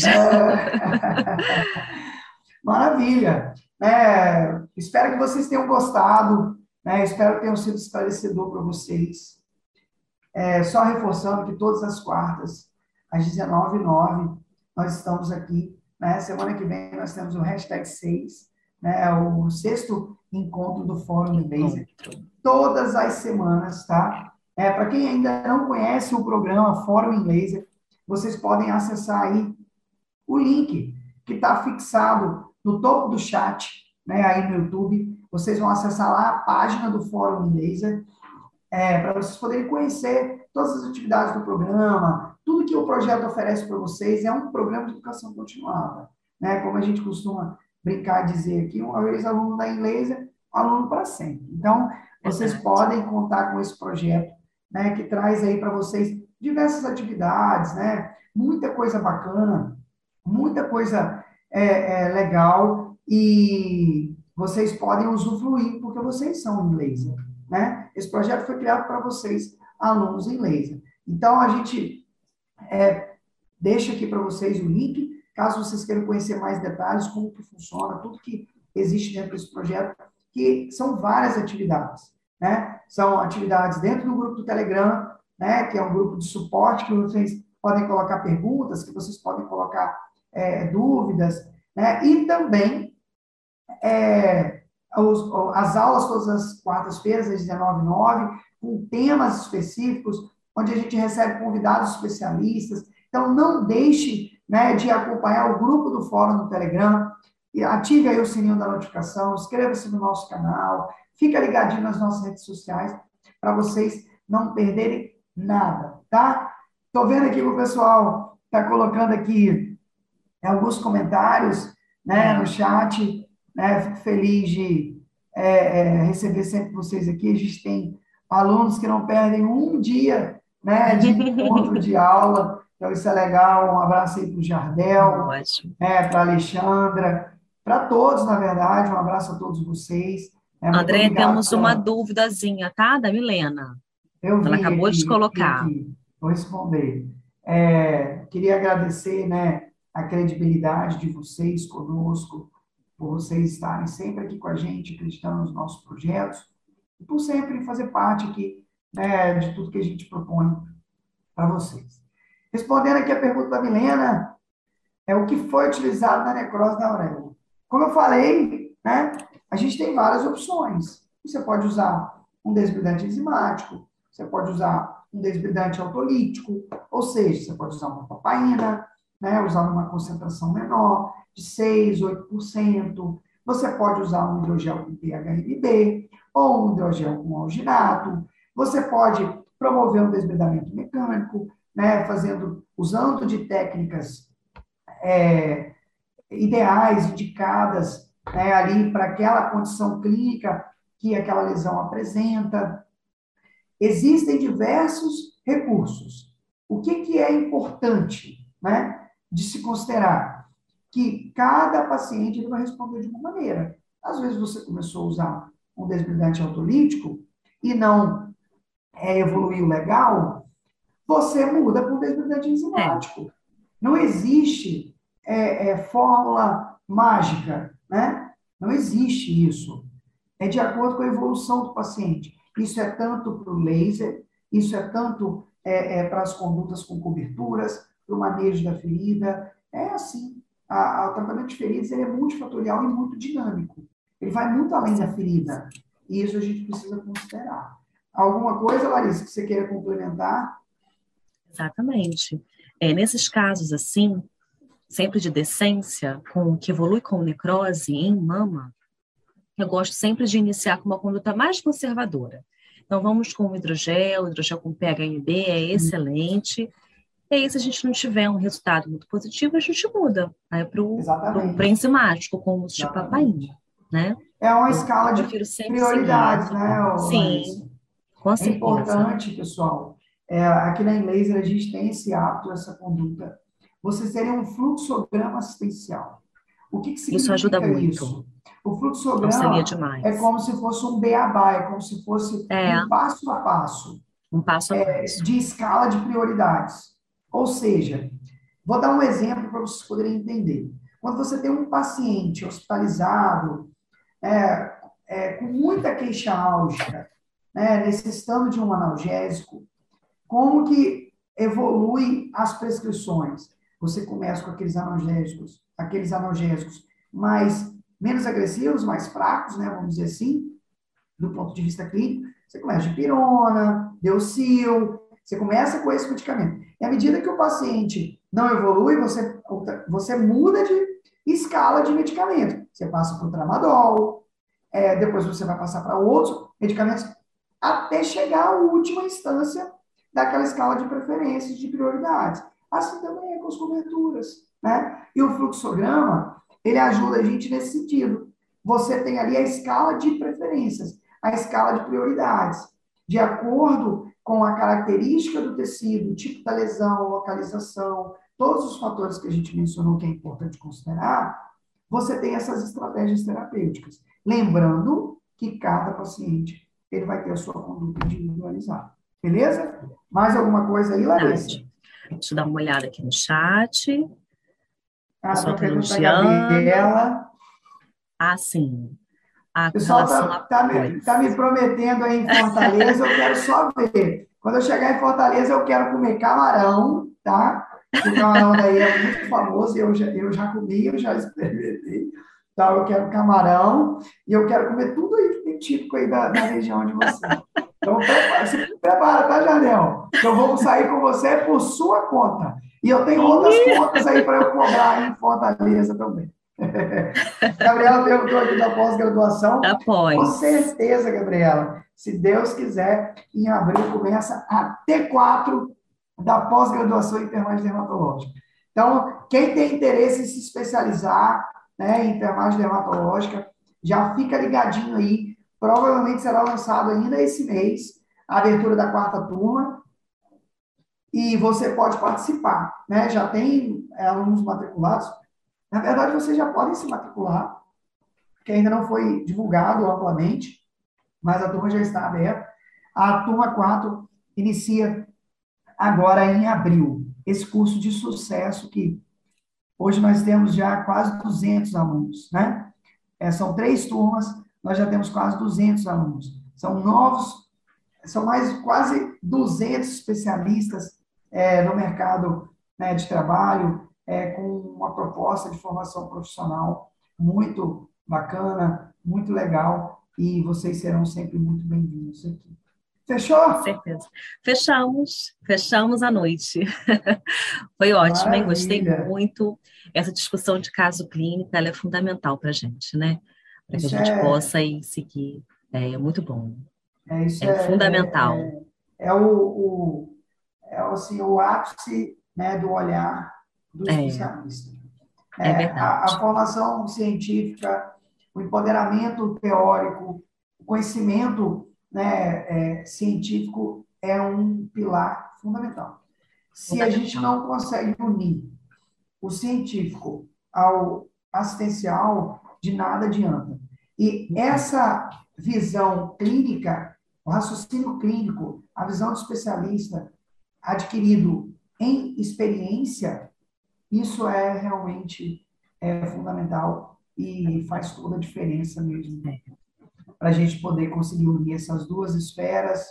Maravilha. Espero que vocês tenham gostado, né? Espero que tenham sido esclarecedor para vocês. Só reforçando que todas as quartas, às 19h09, nós estamos aqui, né? Semana que vem nós temos o #6, né? O 6º encontro do Fórum de Laser. Todas as semanas, tá? Para quem ainda não conhece o programa Fórum em Laser, vocês podem acessar aí o link que está fixado no topo do chat, né, aí no YouTube. Vocês vão acessar lá a página do Fórum em Laser, para vocês poderem conhecer todas as atividades do programa, tudo que o projeto oferece para vocês. É um programa de educação continuada, né? Como a gente costuma brincar e dizer aqui, uma vez aluno da Laser, aluno para sempre. Então, vocês podem contar com esse projeto, né, que traz aí para vocês diversas atividades, né? Muita coisa bacana, muita coisa legal, e vocês podem usufruir porque vocês são em laser, né? Esse projeto foi criado para vocês, alunos em laser. Então, a gente deixa aqui para vocês o link, caso vocês queiram conhecer mais detalhes, como que funciona, tudo que existe dentro desse projeto, que são várias atividades, né? São atividades dentro do grupo do Telegram, né, que é um grupo de suporte, que vocês podem colocar perguntas, que vocês podem colocar dúvidas, né? E também as aulas todas as quartas-feiras, às 19h09, com temas específicos, onde a gente recebe convidados especialistas. Então, não deixe, né, de acompanhar o grupo do Fórum no Telegram, e ative aí o sininho da notificação, inscreva-se no nosso canal, fica ligadinho nas nossas redes sociais, para vocês não perderem nada, tá? Estou vendo aqui que o pessoal está colocando aqui alguns comentários, né, no chat, né? Fico feliz de receber sempre vocês aqui. A gente tem alunos que não perdem um dia, né, de encontro de aula, Então, isso é legal. Um abraço aí para o Jardel, Ótimo. para a Alexandra, para todos, na verdade. Um abraço a todos vocês. Muito André, obrigado temos uma pela... duvidazinha, tá? Da Milena. Eu Ela vi acabou de aqui, vi colocar. aqui. Vou responder. Queria agradecer, né, a credibilidade de vocês conosco, por vocês estarem sempre aqui com a gente, acreditando nos nossos projetos, e por sempre fazer parte aqui, né, de tudo que a gente propõe para vocês. Respondendo aqui a pergunta da Milena, o que foi utilizado na necrose da auréola. Como eu falei, né, a gente tem várias opções. Você pode usar um desbridante enzimático, você pode usar um desbridante autolítico, ou seja, você pode usar uma papaína, né, usar uma concentração menor, de 6, 8%. Você pode usar um hidrogel com PHMB, ou um hidrogel com alginato. Você pode promover um desbridamento mecânico, né, usando de técnicas ideais, indicadas, né, ali para aquela condição clínica que aquela lesão apresenta. Existem diversos recursos. O que é importante, né, de se considerar? Que cada paciente vai responder de uma maneira. Às vezes você começou a usar um desbridante autolítico e não evoluiu legal, você muda para um desbridante enzimático. Não existe fórmula mágica, né? Não existe isso. É de acordo com a evolução do paciente. Isso é tanto para o laser, isso é tanto para as condutas com coberturas, para o manejo da ferida. É assim. O tratamento de feridas ele é multifatorial e muito dinâmico. Ele vai muito além da ferida. E isso a gente precisa considerar. Alguma coisa, Larissa, que você queira complementar? Exatamente. Nesses casos, assim, sempre de decência, que evolui com necrose em mama, eu gosto sempre de iniciar com uma conduta mais conservadora. Então, vamos com o hidrogel com PHMB é excelente. E aí, se a gente não tiver um resultado muito positivo, a gente muda para o enzimático, com o uso de papaína, né? É uma escala de prioridades, seguir. né, Sim, Larissa? com certeza. É importante, pessoal. Aqui na Inlaser, a gente tem esse hábito, essa conduta. Vocês terem um fluxograma assistencial. O que significa isso? Ajuda muito. Isso? O fluxograma é como se fosse um beabá, é como se fosse um passo a passo. Um passo a passo. De escala de prioridades. Ou seja, vou dar um exemplo para vocês poderem entender. Quando você tem um paciente hospitalizado, com muita queixa álgica, necessitando de um analgésico, como que evolui as prescrições? Você começa com aqueles analgésicos menos agressivos, mais fracos, né, vamos dizer assim, do ponto de vista clínico. Você começa de pirona, Delsil, você começa com esse medicamento. E à medida que o paciente não evolui, você muda de escala de medicamento. Você passa para o tramadol, depois você vai passar para outros medicamentos, até chegar à última instância daquela escala de preferências, de prioridades. Assim também é com as coberturas, né? E o fluxograma, ele ajuda a gente nesse sentido. Você tem ali a escala de preferências, a escala de prioridades, de acordo com a característica do tecido, o tipo da lesão, localização, todos os fatores que a gente mencionou que é importante considerar, você tem essas estratégias terapêuticas. Lembrando que cada paciente ele vai ter a sua conduta individualizada. Beleza? Mais alguma coisa aí, Larissa? Deixa eu dar uma olhada aqui no chat. A pergunta da Gabriela. Sim. O pessoal tá me prometendo aí em Fortaleza, eu quero só ver. Quando eu chegar em Fortaleza, eu quero comer camarão, tá? O camarão daí é muito famoso, eu já comi, eu já experimentei. Então, eu quero camarão e eu quero comer tudo aí que tem típico aí da região de você. Então, se prepara, tá, Jardel? Eu vou sair com você por sua conta. E eu tenho outras contas aí para eu cobrar aí em Fortaleza também. Gabriela perguntou aqui da pós-graduação. Com certeza, Gabriela. Se Deus quiser, em abril começa a T4 da pós-graduação em enfermagem dermatológica. Então, quem tem interesse em se especializar, né, em enfermagem dermatológica, já fica ligadinho aí. Provavelmente será lançado ainda esse mês a abertura da 4ª turma. e você pode participar, né? Já tem alunos matriculados. Na verdade, vocês já podem se matricular, que ainda não foi divulgado amplamente, mas a turma já está aberta. A turma 4 inicia agora em abril, esse curso de sucesso que hoje nós temos já quase 200 alunos, né? São 3 turmas, nós já temos quase 200 alunos. São mais quase 200 especialistas no mercado, né, de trabalho, com uma proposta de formação profissional muito bacana, muito legal, e vocês serão sempre muito bem-vindos aqui. Fechou? Com certeza. Fechamos a noite. Foi ótimo, hein? Gostei muito. Essa discussão de caso clínico, ela é fundamental para a gente, né? Para que a gente possa ir seguir. É muito bom. Isso é fundamental. Assim, o ápice, né, do olhar do especialista. É verdade. A formação científica, o empoderamento teórico, o conhecimento, né, científico é um pilar fundamental. Se a gente não consegue unir o científico ao assistencial, de nada adianta. E essa visão clínica, o raciocínio clínico, a visão do especialista adquirido em experiência, isso é realmente fundamental e faz toda a diferença mesmo, né? Para a gente poder conseguir unir essas duas esferas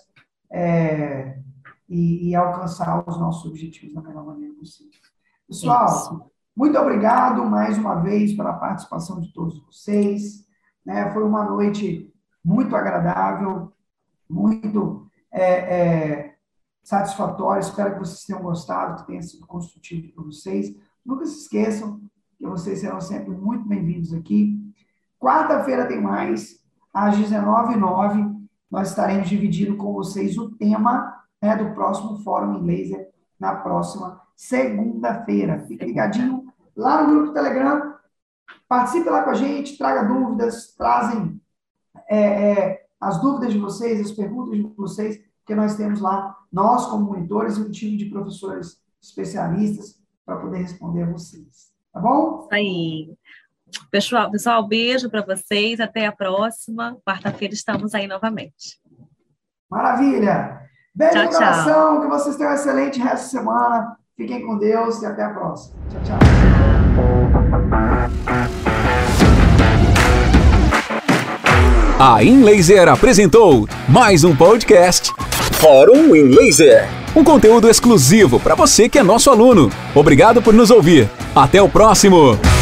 e alcançar os nossos objetivos da melhor maneira possível. Pessoal, muito obrigado mais uma vez pela participação de todos vocês, né? Foi uma noite muito agradável, muito satisfatória. Espero que vocês tenham gostado, que tenha sido construtivo para vocês. Nunca se esqueçam que vocês serão sempre muito bem-vindos aqui. Quarta-feira tem mais, às 19h09, nós estaremos dividindo com vocês o tema, né, do próximo Fórum em Laser, na próxima segunda-feira. Fique ligadinho lá no grupo do Telegram, participe lá com a gente, traga dúvidas, trazem as dúvidas de vocês, as perguntas de vocês, que nós temos lá, nós como monitores e um time de professores especialistas para poder responder a vocês. Tá bom? Isso aí. Pessoal, beijo para vocês, até a próxima. Quarta-feira estamos aí novamente. Maravilha! Beijo no coração, que vocês tenham um excelente resto de semana. Fiquem com Deus e até a próxima. Tchau, tchau. A InLaser apresentou mais um podcast Fórum InLaser. Um conteúdo exclusivo para você que é nosso aluno. Obrigado por nos ouvir. Até o próximo!